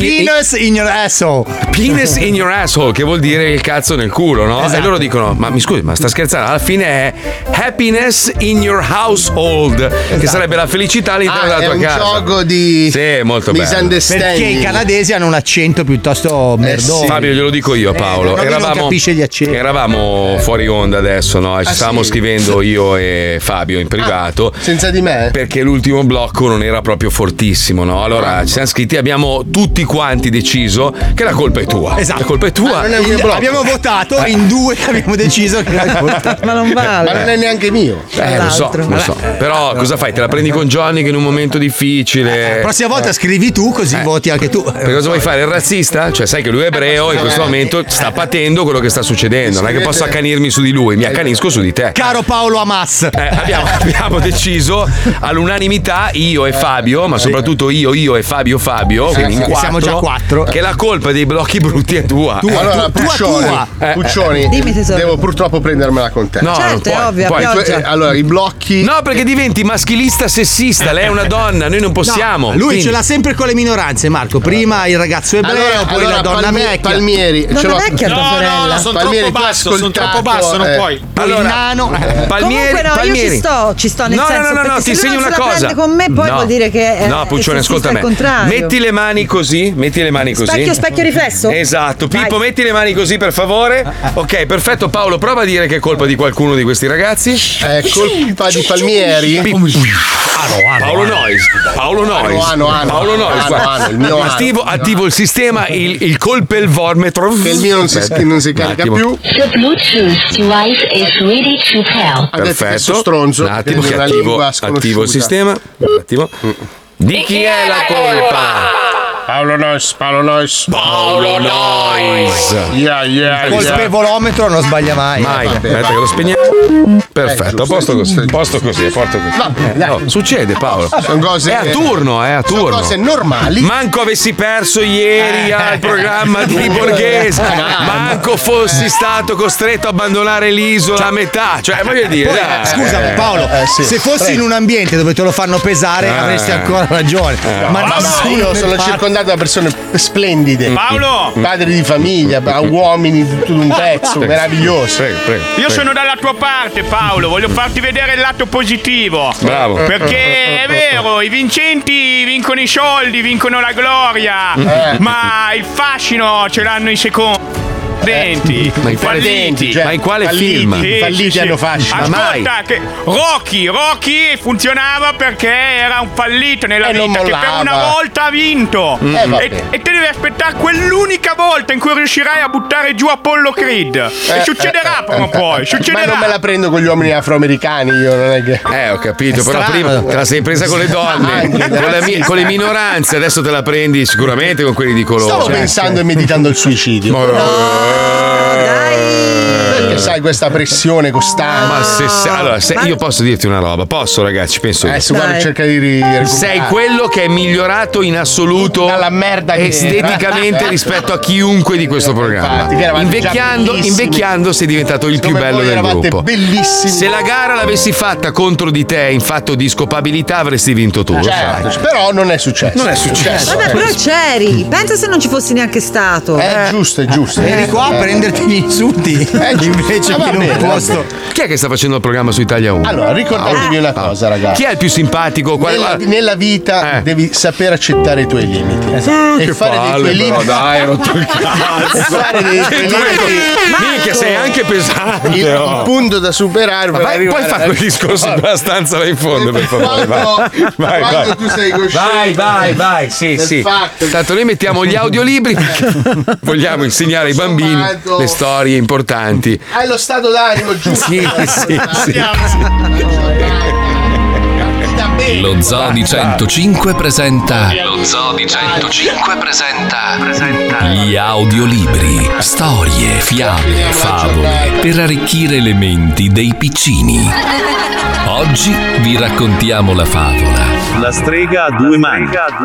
in your asshole. Penis in your asshole, che vuol dire il cazzo nel culo, no? Esatto. E loro dicono: ma mi scusi, ma sta scherzando? Alla fine è happiness in your household, che sarebbe la felicità all'interno della tua casa. È un gioco di molto bello. Perché i canadesi hanno un accento piuttosto merdoso. Fabio, glielo dico io, Paolo. non capisce gli accenti. Eravamo fuori onda adesso, no? E ci stavamo scrivendo io e Fabio in privato. Senza di me? Perché l'ultimo blocco non era proprio fortissimo, no? Allora ci siamo scritti, abbiamo tutti quanti deciso che la colpa è tua. Esatto. La colpa è tua. Abbiamo votato in due che abbiamo deciso che la colpa. Ma non vale. Ma non è neanche mio. Lo so. Però cosa fai? Te la prendi con Johnny che in un momento difficile. La prossima volta scrivi tu, così voti anche tu. Per cosa vuoi fare? Il razzista? Cioè, sai che lui è ebreo, in questo momento sta patendo quello che sta succedendo. Non è che posso accanirmi su di lui, mi accanisco su di te. Caro Paolo Hamas. Abbiamo deciso all'unanimità, io e Fabio, ma soprattutto io e Fabio, quindi in quattro, siamo già quattro, che la colpa dei blocchi brutti è tua. Allora, Puccioni, dimmi tesoro. devo purtroppo prendermela con te. No, certo, è ovvio, allora, i blocchi. No, perché diventi maschilista sessista. Lei è una donna, noi non possiamo. No, lui quindi... ce l'ha sempre con le minoranze, Marco. Prima il ragazzo ebreo, poi la donna vecchia. Palmieri. Donna vecchia, tua sorella. Sono troppo basso, non puoi. Allora, nano. Comunque no, io ci sto nel senso. No, ti se segno non una se la cosa. prende con me, poi vuol dire che no, Puccione, ascolta me. Metti le mani così. Specchio riflesso? Esatto. Pippo, metti le mani così, per favore. Ok, perfetto. Paolo, prova a dire che è colpa di qualcuno di questi ragazzi. È colpa di Palmieri. Paolo Nois. Il mio attivo il sistema, il colpelvormetro. Che il mio non si carica più. The Bluetooth device is ready to pair. Perfetto. Stronzo. Un attimo che attivo il sistema. Un attimo. Di chi è la colpa? Paolo Nois. Yeah. Col spevolumetro non sbaglia mai. Aspetta che lo spegniamo. Perfetto, a posto così. No, succede, Paolo. Sono cose. È a turno. Sono cose normali. Manco avessi perso ieri al programma di Borghese. Manco fossi stato costretto a abbandonare l'isola a metà. Cioè, voglio dire. Scusa, Paolo, se fossi in un ambiente dove te lo fanno pesare, avresti ancora ragione. Ma io sono circondato da persone splendide. Paolo! Padri di famiglia, uomini di tutto un pezzo, meraviglioso. Prego. Io sono dalla tua parte, Paolo. Voglio farti vedere il lato positivo. Bravo. Perché è vero, i vincenti vincono i soldi, vincono la gloria. Ma il fascino ce l'hanno i secondi. Ma in quale falliti, ma in quale film? Falliti hanno fascino. Ascolta, che Rocky funzionava perché era un fallito nella vita, che per una volta ha vinto. E te devi aspettare quell'unica volta in cui riuscirai a buttare giù Apollo Creed. E succederà prima o poi. Ma non me la prendo con gli uomini afroamericani, io non è che. Ho capito, però prima te la sei presa con le donne, con le minoranze, adesso te la prendi sicuramente con quelli di colore. Stavo pensando e meditando il suicidio. Perché sai questa pressione costante. Ma io posso dirti una roba, posso ragazzi, penso io. Guarda, cerca di recuperare. Sei quello che è migliorato in assoluto dalla merda che esteticamente rispetto a chiunque di questo programma. Invecchiando sei diventato il più bello del gruppo. Bellissimo. Se la gara l'avessi fatta contro di te in fatto di scopabilità avresti vinto tu. Certo, però non è successo. Vabbè, però c'eri. Pensa se non ci fossi neanche stato. È giusto. Eri qua a prenderti gli insulti invece che in un posto. Chi è che sta facendo il programma su Italia 1? Allora, ricordatevi una cosa, ragazzi. Chi è il più simpatico? Nella vita devi saper accettare i tuoi limiti. E fare dei tuoi limiti. Dai, rotto il cazzo. Fare dei tuoi limiti. Minchia, sei anche pesante. Il punto da superare. Puoi fare quel discorso in quella stanza là in fondo, per favore. Quando tu sei cosciente. Vai. Sì. Tanto noi mettiamo gli audiolibri perché vogliamo insegnare ai bambini le storie importanti Hai lo stato d'animo giusto. Sì. Lo Zoo di 105 presenta gli audiolibri, storie, fiabe, favole per arricchire le menti dei piccini. Oggi vi raccontiamo la favola La strega a due mani.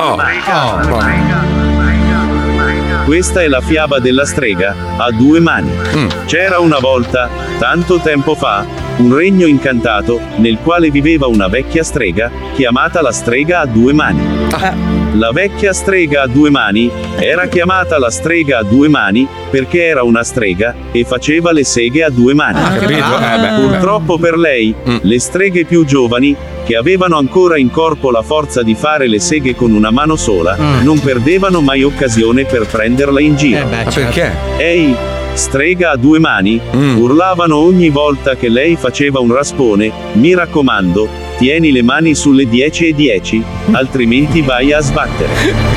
Questa è la fiaba della strega a due mani. C'era una volta, tanto tempo fa, un regno incantato nel quale viveva una vecchia strega chiamata la strega a due mani. La vecchia strega a due mani era chiamata la strega a due mani perché era una strega e faceva le seghe a due mani. Purtroppo per lei, le streghe più giovani, che avevano ancora in corpo la forza di fare le seghe con una mano sola, non perdevano mai occasione per prenderla in giro. Ma perché? Ehi, strega a due mani, urlavano ogni volta che lei faceva un raspone, mi raccomando, tieni le mani sulle 10 e 10, altrimenti vai a sbattere.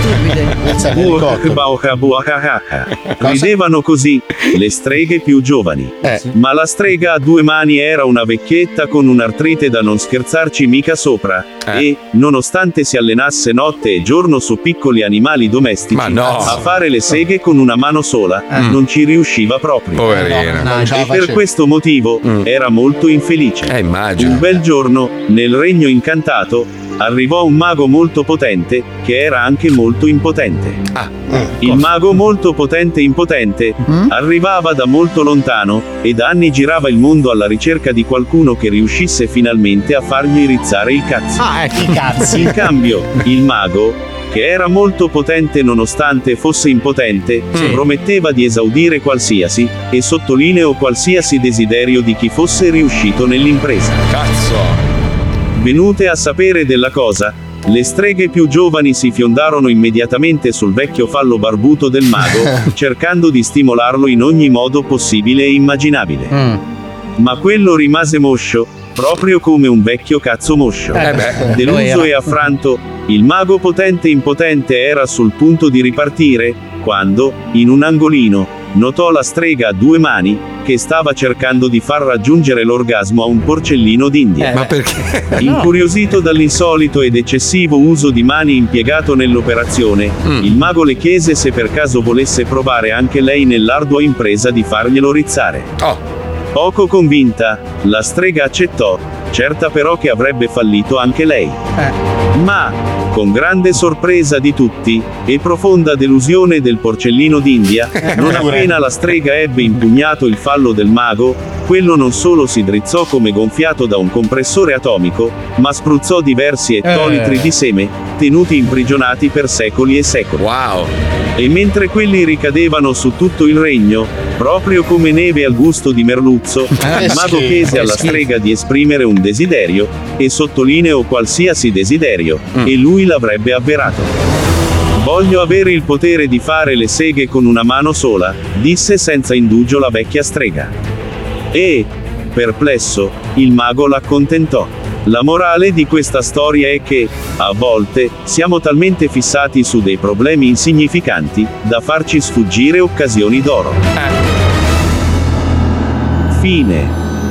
Ridevano così le streghe più giovani. Ma la strega a due mani era una vecchietta con un'artrite da non scherzarci mica sopra. E, nonostante si allenasse notte e giorno su piccoli animali domestici, a fare le seghe con una mano sola, non ci riusciva proprio. Poverina. E per questo motivo era molto infelice. Immagino. Un bel giorno, nel regno incantato, arrivò un mago molto potente, che era anche molto impotente. Il mago molto potente e impotente arrivava da molto lontano, e da anni girava il mondo alla ricerca di qualcuno che riuscisse finalmente a fargli rizzare il cazzo. I cazzi. In cambio, il mago, che era molto potente nonostante fosse impotente, prometteva di esaudire qualsiasi, e sottolineo qualsiasi desiderio di chi fosse riuscito nell'impresa. Cazzo! Venute a sapere della cosa, le streghe più giovani si fiondarono immediatamente sul vecchio fallo barbuto del mago, cercando di stimolarlo in ogni modo possibile e immaginabile. Ma quello rimase moscio, proprio come un vecchio cazzo moscio. Deluso e affranto, il mago potente impotente era sul punto di ripartire, quando, in un angolino, notò la strega a due mani, che stava cercando di far raggiungere l'orgasmo a un porcellino d'India. Ma perché? Incuriosito dall'insolito ed eccessivo uso di mani impiegato nell'operazione, il mago le chiese se per caso volesse provare anche lei nell'ardua impresa di farglielo rizzare. Poco convinta, la strega accettò, certa però che avrebbe fallito anche lei. Ma, con grande sorpresa di tutti, e profonda delusione del porcellino d'India, non appena la strega ebbe impugnato il fallo del mago, quello non solo si drizzò come gonfiato da un compressore atomico, ma spruzzò diversi ettolitri di seme, tenuti imprigionati per secoli e secoli. E mentre quelli ricadevano su tutto il regno, proprio come neve al gusto di merluzzo, il mago chiese alla strega di esprimere un desiderio, e sottolineo qualsiasi desiderio, e lui l'avrebbe avverato. Voglio avere il potere di fare le seghe con una mano sola, disse senza indugio la vecchia strega. E, perplesso, il mago l'accontentò. La morale di questa storia è che, a volte, siamo talmente fissati su dei problemi insignificanti, da farci sfuggire occasioni d'oro. Fine.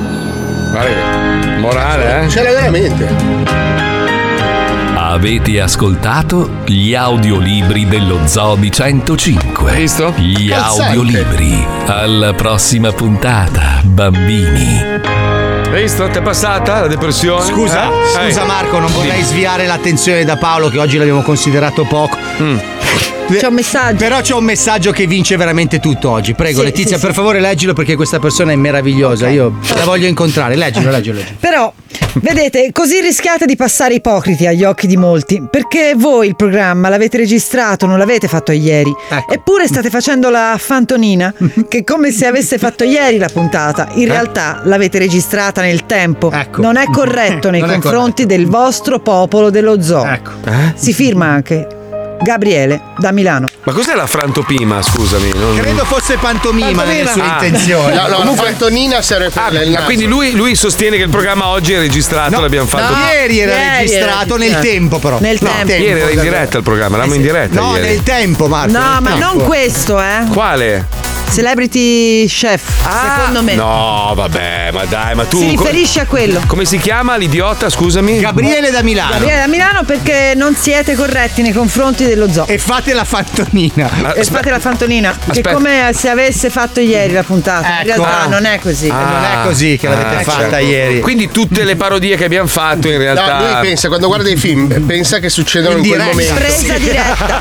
Morale, Ce l'ha veramente. Avete ascoltato gli audiolibri dello Zoo di 105. Visto? Gli audiolibri. Alla prossima puntata, bambini. Visto? Ti è passata la depressione? Scusa Marco, non vorrei sviare l'attenzione da Paolo, che oggi l'abbiamo considerato poco. C'è un messaggio. Però c'è un messaggio che vince veramente tutto oggi. Prego, Sì, Letizia, sì, per favore leggilo, perché questa persona è meravigliosa. Io la voglio incontrare. Leggilo. Però, vedete, così rischiate di passare ipocriti agli occhi di molti, perché voi il programma l'avete registrato, non l'avete fatto ieri. Eppure state facendo la fantonina, che è come se avesse fatto ieri la puntata. In realtà l'avete registrata nel tempo. Non è corretto nei confronti del vostro popolo dello zoo. Si firma anche Gabriele da Milano. Ma cos'è la frantopima, scusami? Credo fosse pantomima nelle sue intenzioni. No, comunque la fantonina serve per il naso. Quindi lui sostiene che il programma oggi è registrato, l'abbiamo fatto. Ieri era registrato nel tempo, però. Ieri era in diretta il programma, eravamo in diretta. No, ieri. nel tempo, Marco. No, ma non questo, Quale? Celebrity Chef, secondo me. No, vabbè, ma dai, ma tu. Si riferisce a quello. Come si chiama l'idiota, scusami? Gabriele da Milano. Gabriele da Milano, perché non siete corretti nei confronti dello zoo. E fate la fantonina. E fate la fantonina. Che è come se avesse fatto ieri la puntata. In realtà non è così. Non è così che l'avete fatta ieri. Quindi tutte le parodie che abbiamo fatto in realtà. No, lui pensa, quando guarda i film, pensa che succedono in quel momento. Presa diretta.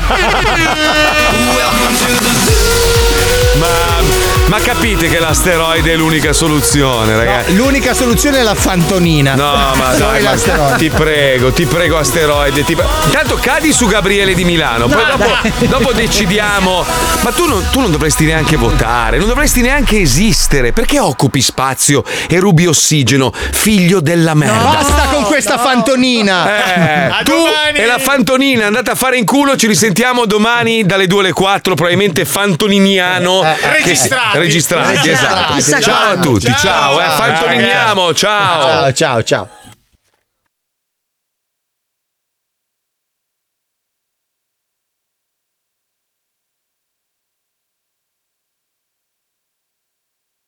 Ma capite che l'asteroide è l'unica soluzione, ragazzi? No, l'unica soluzione è la fantonina. No, ma dai, ti prego, asteroide. Intanto cadi su Gabriele di Milano, poi dopo decidiamo. Ma tu non dovresti neanche votare, non dovresti neanche esistere. Perché occupi spazio e rubi ossigeno, figlio della merda? Basta con questa fantonina. Tu e la fantonina andate a fare in culo. Ci risentiamo domani dalle 2 alle 4, probabilmente fantoniniano. Registrati, esatto. Ciao a tutti, ciao, fantoniniamo, ciao. Ciao.